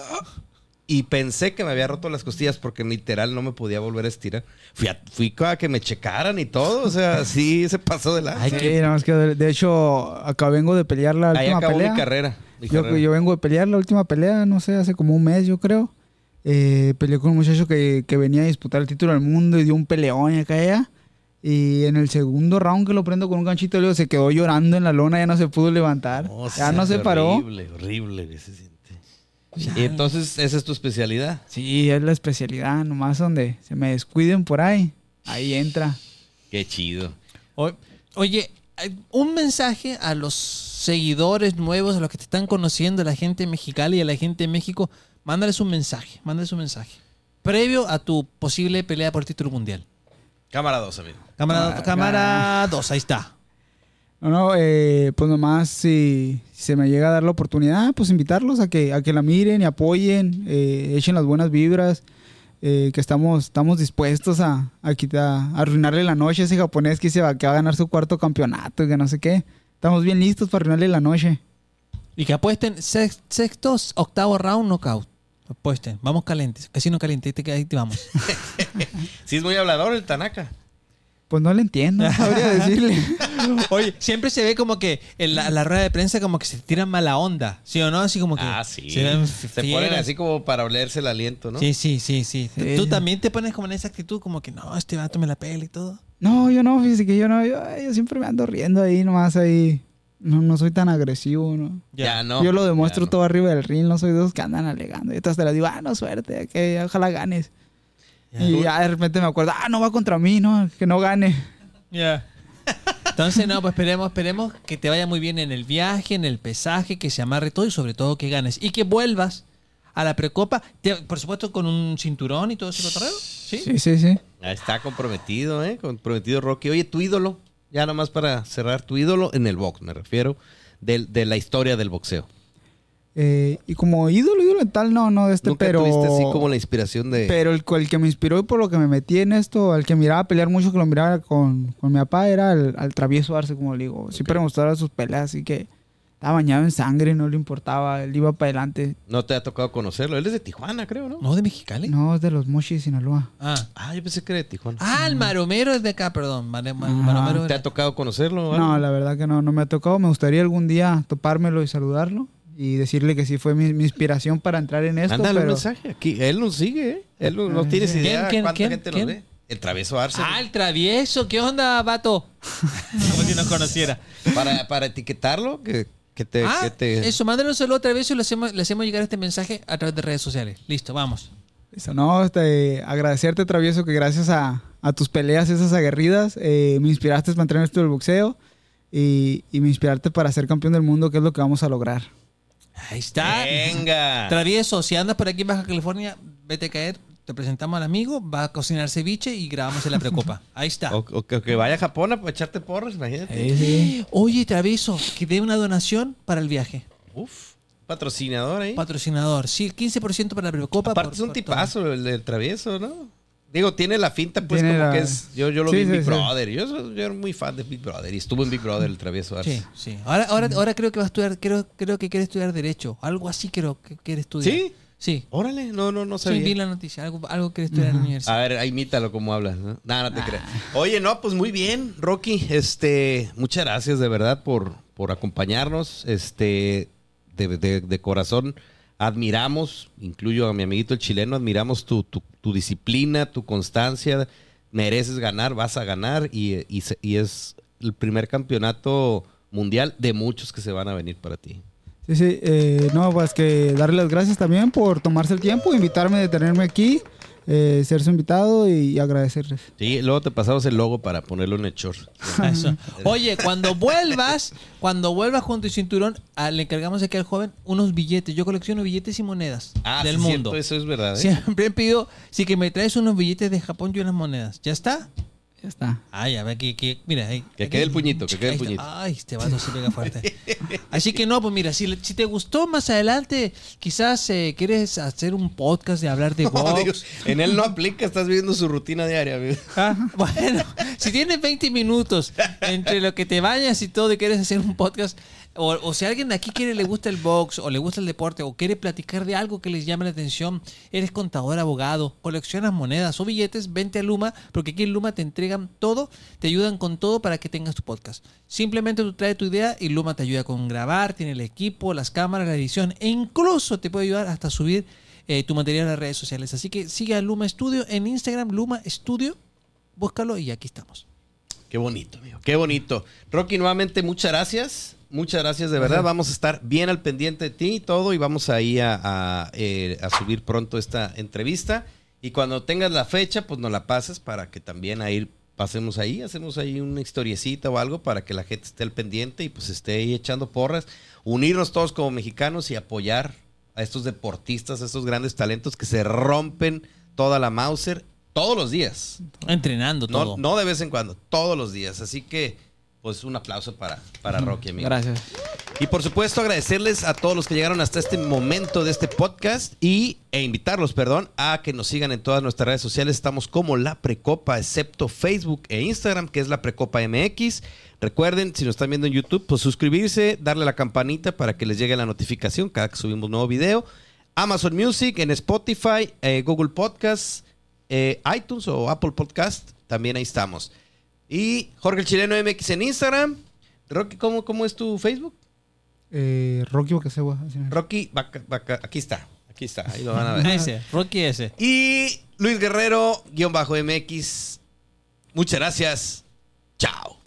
Y pensé que me había roto las costillas porque literal no me podía volver a estirar. Fui a, fui a que me checaran y todo. O sea, sí se pasó de la. Ay, Sí, qué- nada más que de, de hecho, acá vengo de pelear la Ahí última acabó pelea. mi carrera. mi Yo, carrera. yo vengo de pelear la última pelea, no sé, hace como un mes, yo creo. Eh, peleé con un muchacho que, que venía a disputar el título del mundo y dio un peleón y acá allá. Y en el segundo round que lo prendo con un ganchito, luego se quedó llorando en la lona, ya no se pudo levantar. No, ya no se siente paró. Horrible, horrible que se siente. Y entonces, esa es tu especialidad. Sí, es la especialidad, nomás donde se me descuiden por ahí, ahí entra. Qué chido. O- Oye, hay un mensaje a los seguidores nuevos, a los que te están conociendo, a la gente mexicana y a la gente de México. Mándales un mensaje, mándales un mensaje. Previo a tu posible pelea por título mundial. Cámara dos, amigo. Cámara, Ah, cámara dos, ahí está. No, no, eh, pues nomás si, si se me llega a dar la oportunidad, pues invitarlos a que, a que la miren y apoyen, eh, echen las buenas vibras, eh, que estamos, estamos dispuestos a, a, quitar, a arruinarle la noche a ese japonés que, se va, que va a ganar su cuarto campeonato y que no sé qué. Estamos bien listos para arruinarle la noche. Y que apuesten sex- sexto, octavo round, knockout. Apuesten, vamos calientes, casino caliente, ahí te, ahí te vamos. Sí, es muy hablador el Tanaka. Pues no le entiendo, no sabría decirle. Oye, siempre se ve como que en la, la rueda de prensa como que se tiran mala onda, ¿sí o no? Así como que Ah, sí. se ven Se fieras. ponen así como para olerse el aliento, ¿no? Sí, sí, sí, sí. Sí. Tú también te pones como en esa actitud como que no, este vato me la pela y todo. No, yo no, fíjese que yo no, yo, yo siempre me ando riendo ahí, nomás ahí. No, no soy tan agresivo, ¿no? Ya, no. yo lo demuestro ya no. todo arriba del ring, no soy de esos que andan alegando. Y entonces te lo digo, ah, no, suerte, que ojalá ganes. Ya. Y ya de repente me acuerdo, ah, no va contra mí, no, que no gane. Ya. Entonces, no, pues esperemos, esperemos que te vaya muy bien en el viaje, en el pesaje, que se amarre todo y sobre todo que ganes. Y que vuelvas a la precopa, te- por supuesto con un cinturón y todo ese cotorreo. ¿Sí? Sí, sí, sí. Ahí está comprometido, ¿eh? Comprometido Rocky. Oye, tu ídolo, ya nomás para cerrar, tu ídolo en el box, me refiero, del- de la historia del boxeo. Eh, y como ídolo, ídolo tal, no, no de este, Nunca pero... tuviste así como la inspiración de... Pero el, el que me inspiró y por lo que me metí en esto, al que miraba pelear mucho, que lo miraba con, con mi papá, era al, al Travieso Arce, como le digo. Siempre me gustaban sus peleas, así que estaba bañado en sangre, no le importaba, él iba para adelante. No te ha tocado conocerlo. Él es de Tijuana, creo, ¿no? ¿No de Mexicali? No, es de los Mochis, Sinaloa. Ah. Ah, yo pensé que era de Tijuana. Ah, el Maromero es de acá, perdón. Mar- Mar- Ah. Maromero ¿Te era- ha tocado conocerlo? o No, algo? la verdad que no, no me ha tocado. Me gustaría algún día topármelo y saludarlo y decirle que sí fue mi, mi inspiración para entrar en esto. Mándale pero... un mensaje. Aquí, él nos sigue, ¿eh? Él no, no tienes ¿Quién, idea quién, cuánta quién, gente quién? nos ve. El Travieso Arce. Ah, el Travieso. ¿Qué onda, vato? Como si nos conociera. Para, para etiquetarlo, que, que te... Ah, que te... eso. Mándale un saludo a Travieso y le hacemos, le hacemos llegar este mensaje a través de redes sociales. Listo, vamos. Eso, no, este, agradecerte, Travieso, que gracias a, a tus peleas esas aguerridas eh, me inspiraste para entrar en esto del boxeo y, y me inspiraste para ser campeón del mundo, que es lo que vamos a lograr. Ahí está. Venga. Travieso, si andas por aquí en Baja California, vete a caer. Te presentamos al amigo, va a cocinar ceviche y grabamos en la precopa. Ahí está. O, o que, que vaya a Japón a echarte porras, imagínate. Oye, Travieso, que dé una donación para el viaje. Uf, patrocinador ahí. Patrocinador. Sí, quince por ciento para la precopa. Aparte por- es un por tipazo el del Travieso, ¿no? Digo, tiene la finta, pues, Tiene como la- que es... Yo, yo lo Sí, vi en sí, Big sí. Brother. Yo, soy- yo era muy fan de Big Brother. Y estuvo en Big Brother el Travieso todo. Arce. Sí, sí. Ahora, ahora, ahora creo que va a estudiar, creo, creo que quiere estudiar Derecho. Algo así creo que quiere estudiar. ¿Sí? Sí. Órale, no, no, no Sí, sabía. vi la noticia. Algo, algo quiere estudiar en la universidad. A ver, ahí imítalo como hablas, ¿no? Nada, no te creas. Oye, no, pues muy bien, Rocky. Este, muchas gracias de verdad por, por acompañarnos. Este, de, de- de corazón, admiramos, incluyo a mi amiguito el chileno, admiramos tu, tu, tu disciplina, tu constancia. Mereces ganar, vas a ganar y, y, se- y es el primer campeonato mundial de muchos que se van a venir para ti. Sí, sí, eh, no, pues que darle las gracias también por tomarse el tiempo, invitarme, de tenerme aquí, eh, ser su invitado y, y agradecerles. Sí, luego te pasamos el logo para ponerlo en el short. Eso. Oye, cuando vuelvas, cuando vuelvas con tu cinturón, ah, le encargamos aquí al joven unos billetes. Yo colecciono billetes y monedas Ah, del sí, mundo. cierto, eso es verdad. ¿eh? Siempre pido, sí, que me traes unos billetes de Japón y unas monedas. ¿Ya está? Ya está. Ay, a ver, que, que mira. Ahí, Que aquí. quede el puñito, que quede el Ahí está. puñito. Ay, este vato se pega fuerte. Así que no, pues mira, si, le- si te gustó más adelante, quizás eh, quieres hacer un podcast de hablar de No, box. Dios, en él no aplica, estás viendo su rutina diaria. amigo. Ah, bueno, si tienes veinte minutos entre lo que te bañas y todo y quieres hacer un podcast, o, o si a alguien de aquí quiere, le gusta el box o le gusta el deporte o quiere platicar de algo que les llame la atención, eres contador, abogado, coleccionas monedas o billetes, vente a Luma, porque aquí en Luma te entregan todo, te ayudan con todo para que tengas tu podcast. Simplemente tú traes tu idea y Luma te ayuda con grabar, tiene el equipo, las cámaras, la edición e incluso te puede ayudar hasta subir eh, tu material a las redes sociales. Así que sigue a Luma Studio en Instagram, Luma Studio, búscalo y aquí estamos. Qué bonito, amigo. Qué bonito. Rocky, nuevamente, muchas gracias. Muchas gracias, de verdad. Vamos a estar bien al pendiente de ti y todo. Y vamos ahí a, a, eh, a subir pronto esta entrevista. Y cuando tengas la fecha, pues nos la pases para que también ahí pasemos ahí. Hacemos ahí una historiecita o algo para que la gente esté al pendiente y pues esté ahí echando porras. Unirnos todos como mexicanos y apoyar a estos deportistas, a estos grandes talentos que se rompen toda la Mauser todos los días. Entrenando todo. No, no de vez en cuando, todos los días. Así que, pues, un aplauso para, para Rocky, amigo. Gracias. Y por supuesto, agradecerles a todos los que llegaron hasta este momento de este podcast y, e invitarlos, perdón, a que nos sigan en todas nuestras redes sociales. Estamos como La Precopa, excepto Facebook e Instagram, que es La Precopa M X. Recuerden, si nos están viendo en YouTube, pues suscribirse, darle a la campanita para que les llegue la notificación cada que subimos un nuevo video. Amazon Music, en Spotify, eh, Google Podcasts, eh, iTunes o Apple Podcast, también ahí estamos. Y Jorge el Chileno M X en Instagram. Rocky, ¿cómo, cómo es tu Facebook? Eh, Rocky Bocasegua. así me- Rocky, Baca- Baca- aquí está, aquí está, ahí lo van a ver. Ese, Rocky ese. Y Luis Guerrero, guión bajo M X. Muchas gracias. Chao.